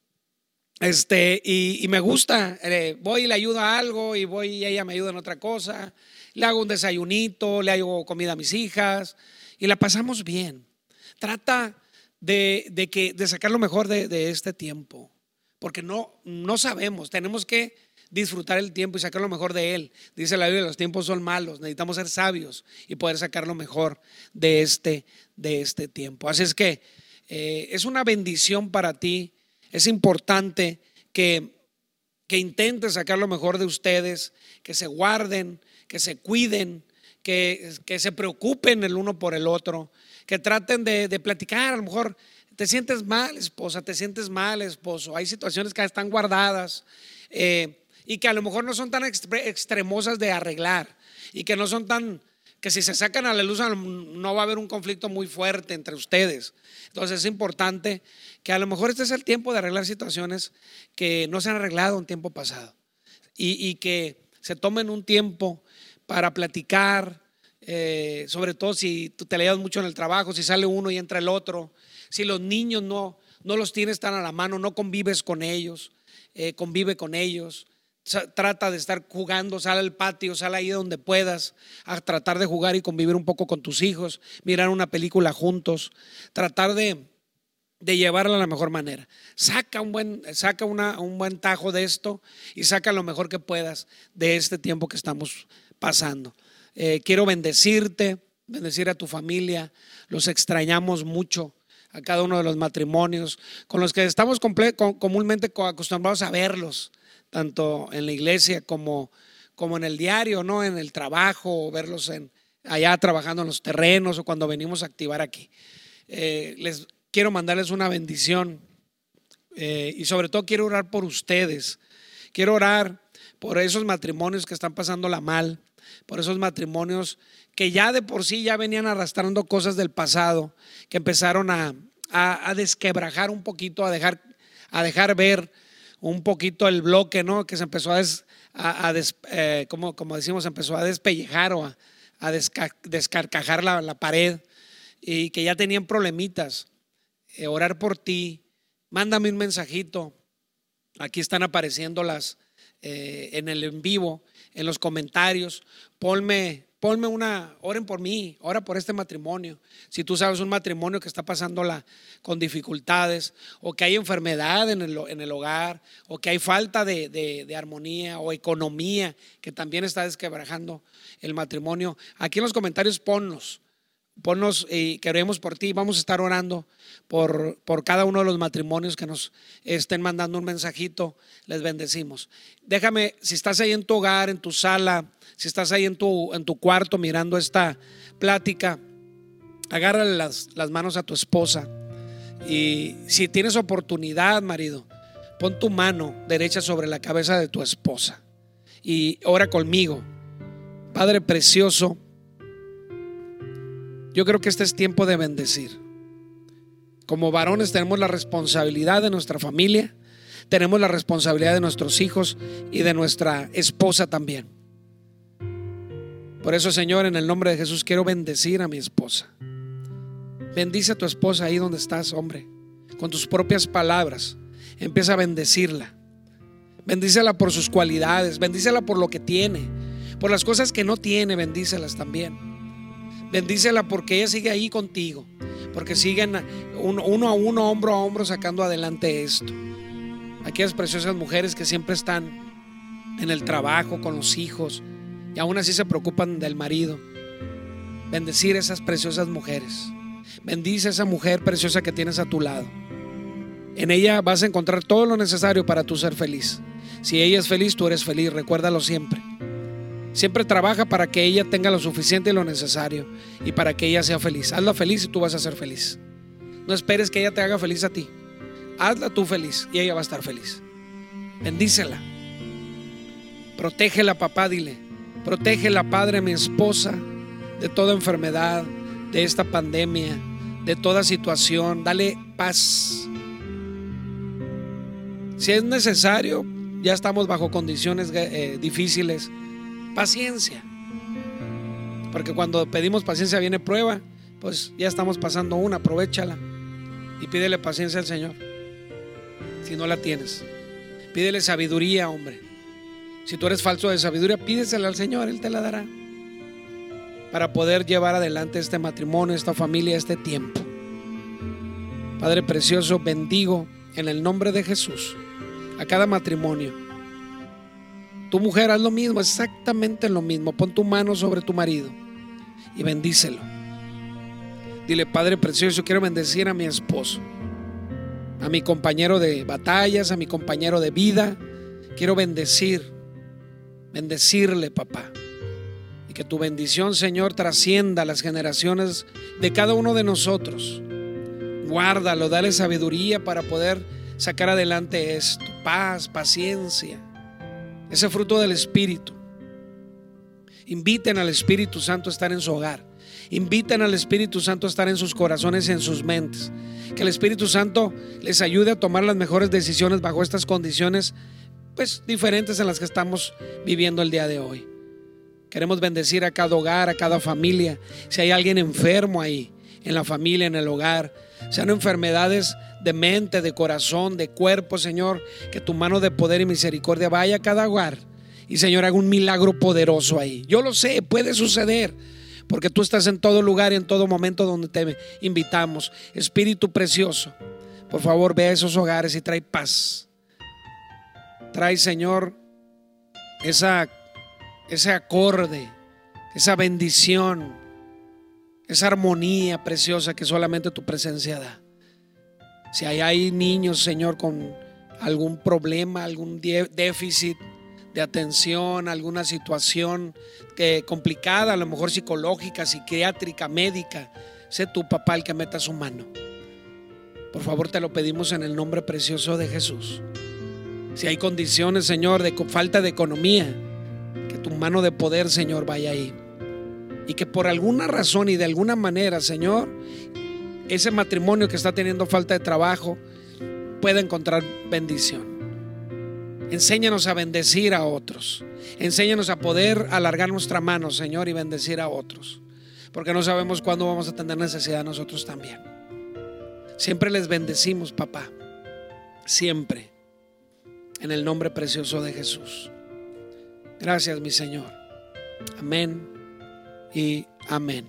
Este, y, y me gusta, eh, voy y le ayudo a algo y voy y ella me ayuda en otra cosa. Le hago un desayunito, le hago comida a mis hijas y la pasamos bien. Trata de, de, que, de sacar lo mejor de, de este tiempo, porque no, no sabemos, tenemos que disfrutar el tiempo y sacar lo mejor de él. Dice la Biblia, los tiempos son malos, necesitamos ser sabios y poder sacar lo mejor de este, de este tiempo. Así es que eh, es una bendición para ti, es importante que, que intenten sacar lo mejor de ustedes, que se guarden, que se cuiden, que, que se preocupen el uno por el otro, que traten de, de platicar. A lo mejor te sientes mal, esposa, te sientes mal, esposo, hay situaciones que están guardadas eh, y que a lo mejor no son tan extremosas de arreglar y que no son tan, que si se sacan a la luz no va a haber un conflicto muy fuerte entre ustedes. Entonces es importante que a lo mejor este es el tiempo de arreglar situaciones que no se han arreglado en tiempo pasado y, y que se tomen un tiempo para platicar, eh, sobre todo si tú te le llevas mucho en el trabajo, si sale uno y entra el otro, si los niños no, no los tienes tan a la mano, no convives con ellos, eh, convive con ellos. Trata de estar jugando, sal al patio, sal ahí donde puedas, a tratar de jugar y convivir un poco con tus hijos, mirar una película juntos, tratar de, de llevarla de la mejor manera. Saca un buen, saca una, un buen tajo de esto y saca lo mejor que puedas de este tiempo que estamos pasando. Eh, quiero bendecirte, bendecir a tu familia, los extrañamos mucho a cada uno de los matrimonios con los que estamos comúnmente acostumbrados a verlos, tanto en la iglesia como, como en el diario, ¿no? En el trabajo, verlos en, allá trabajando en los terrenos o cuando venimos a activar aquí. Eh, les quiero mandarles una bendición eh, y sobre todo quiero orar por ustedes. Quiero orar por esos matrimonios que están pasándola mal, por esos matrimonios que ya de por sí ya venían arrastrando cosas del pasado, que empezaron a, a, a desquebrajar un poquito, a dejar, a dejar ver un poquito el bloque, ¿no? Que se empezó a, des, a, a des, eh, como, como decimos, empezó a despellejar o a, a desca, descarcajar la, la pared, y que ya tenían problemitas. Eh, orar por ti, mándame un mensajito. Aquí están apareciendo las eh, en el en vivo, en los comentarios. Ponme, ponme una, oren por mí, ora por este matrimonio. Si tú sabes un matrimonio que está pasándola con dificultades, o que hay enfermedad en el, en el hogar, o que hay falta de, de, de armonía o economía que también está desquebrajando el matrimonio, aquí en los comentarios ponnos. Ponnos y queremos por ti. Vamos a estar orando por, por cada uno de los matrimonios que nos estén mandando un mensajito. Les bendecimos. Déjame, si estás ahí en tu hogar, en tu sala, si estás ahí en tu, en tu cuarto mirando esta plática, agárrale las, las manos a tu esposa. Y si tienes oportunidad, marido, pon tu mano derecha sobre la cabeza de tu esposa y ora conmigo. Padre precioso, yo creo que este es tiempo de bendecir. Como varones tenemos la responsabilidad de nuestra familia, tenemos la responsabilidad de nuestros hijos y de nuestra esposa también. Por eso, Señor, en el nombre de Jesús quiero bendecir a mi esposa. Bendice a tu esposa ahí donde estás, hombre, con tus propias palabras. Empieza a bendecirla. Bendícela por sus cualidades, bendícela por lo que tiene, por las cosas que no tiene, bendícelas también. Bendícela porque ella sigue ahí contigo, porque siguen uno, uno a uno, hombro a hombro, sacando adelante esto. Aquellas preciosas mujeres que siempre están en el trabajo con los hijos y aún así se preocupan del marido. Bendecir a esas preciosas mujeres. Bendice a esa mujer preciosa que tienes a tu lado. En ella vas a encontrar todo lo necesario para tú ser feliz. Si ella es feliz, tú eres feliz, recuérdalo siempre. Siempre trabaja para que ella tenga lo suficiente y lo necesario, y para que ella sea feliz. Hazla feliz y tú vas a ser feliz. No esperes que ella te haga feliz a ti. Hazla tú feliz y ella va a estar feliz. Bendícela. Protégela, papá, dile. Protégela, Padre, mi esposa, de toda enfermedad, de esta pandemia, de toda situación. Dale paz. Si es necesario, ya estamos bajo condiciones eh, difíciles. Paciencia, porque cuando pedimos paciencia viene prueba. Pues ya estamos pasando una, aprovéchala y pídele paciencia al Señor. Si no la tienes, pídele sabiduría, hombre. Si tú eres falso de sabiduría, pídesela al Señor, Él te la dará para poder llevar adelante este matrimonio, esta familia, este tiempo. Padre precioso, bendigo en el nombre de Jesús a cada matrimonio. Tu mujer, haz lo mismo, exactamente lo mismo. Pon tu mano sobre tu marido y bendícelo. Dile: Padre precioso, quiero bendecir a mi esposo, a mi compañero de batallas, a mi compañero de vida. Quiero bendecir, bendecirle, papá. Y que tu bendición, Señor, trascienda las generaciones de cada uno de nosotros. Guárdalo, dale sabiduría para poder sacar adelante esto. Paz, paciencia, ese fruto del Espíritu. Inviten al Espíritu Santo a estar en su hogar. Inviten al Espíritu Santo a estar en sus corazones y en sus mentes. Que el Espíritu Santo les ayude a tomar las mejores decisiones bajo estas condiciones pues diferentes en las que estamos viviendo el día de hoy. Queremos bendecir a cada hogar, a cada familia. Si hay alguien enfermo ahí, en la familia, en el hogar, sean enfermedades de mente, de corazón, de cuerpo, Señor, que tu mano de poder y misericordia vaya a cada hogar y, Señor, haga un milagro poderoso ahí. Yo lo sé, puede suceder, porque tú estás en todo lugar y en todo momento donde te invitamos. Espíritu precioso, por favor, ve a esos hogares y trae paz. Trae, Señor, esa, ese acorde, esa bendición, esa armonía preciosa que solamente tu presencia da. Si hay, hay niños, Señor, con algún problema, algún déficit de atención, alguna situación que, complicada, a lo mejor psicológica, psiquiátrica, médica, sé tú, papá, el que meta su mano. Por favor, te lo pedimos en el nombre precioso de Jesús. Si hay condiciones, Señor, de falta de economía, que que tu mano de poder, Señor, vaya ahí. Y que por alguna razón y de alguna manera, Señor, ese matrimonio que está teniendo falta de trabajo pueda encontrar bendición. Enséñanos a bendecir a otros. Enséñanos a poder alargar nuestra mano, Señor, y bendecir a otros. Porque no sabemos cuándo vamos a tener necesidad nosotros también. Siempre les bendecimos, papá. Siempre. En el nombre precioso de Jesús. Gracias, mi Señor. Amén y amén.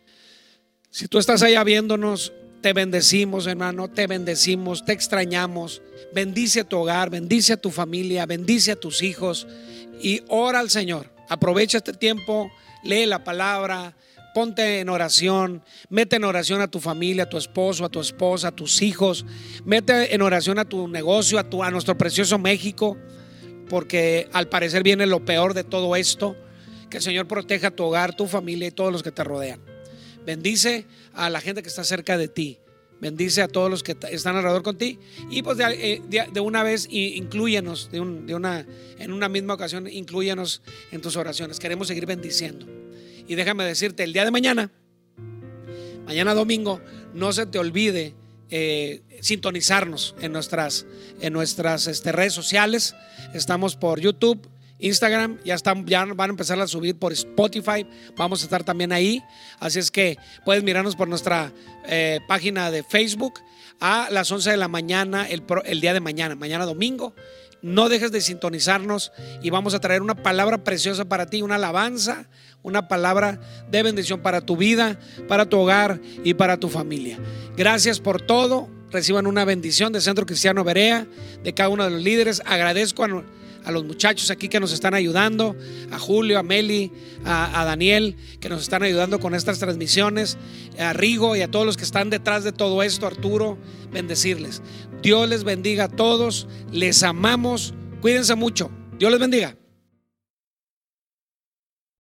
Si tú estás allá viéndonos, te bendecimos, hermano, te bendecimos, te extrañamos. Bendice a tu hogar, bendice a tu familia, bendice a tus hijos y ora al Señor. Aprovecha este tiempo, lee la palabra, ponte en oración, mete en oración a tu familia, a tu esposo, a tu esposa, a tus hijos. Mete en oración a tu negocio, a, tu, a nuestro precioso México, porque al parecer viene lo peor de todo esto. Que el Señor proteja tu hogar, tu familia y todos los que te rodean. Bendice a la gente que está cerca de ti. Bendice a todos los que están alrededor con ti. Y pues de, de, de una vez inclúyenos de, un, de una, en una misma ocasión, inclúyenos en tus oraciones. Queremos seguir bendiciendo. Y déjame decirte, el día de mañana, mañana domingo, no se te olvide eh, sintonizarnos en nuestras, en nuestras este, redes sociales. Estamos por YouTube, Instagram, ya, están, ya van a empezar a subir por Spotify. Vamos a estar también ahí. Así es que puedes mirarnos por nuestra eh, página de Facebook a las once de la mañana el, el día de mañana, mañana domingo. No dejes de sintonizarnos y vamos a traer una palabra preciosa para ti, una alabanza, una palabra de bendición para tu vida, para tu hogar y para tu familia. Gracias por todo. Reciban una bendición de Centro Cristiano Berea, de cada uno de los líderes. Agradezco a a los muchachos aquí que nos están ayudando, a Julio, a Meli, a, a Daniel, que nos están ayudando con estas transmisiones, a Rigo y a todos los que están detrás de todo esto, Arturo, bendecirles. Dios les bendiga a todos, les amamos, cuídense mucho, Dios les bendiga.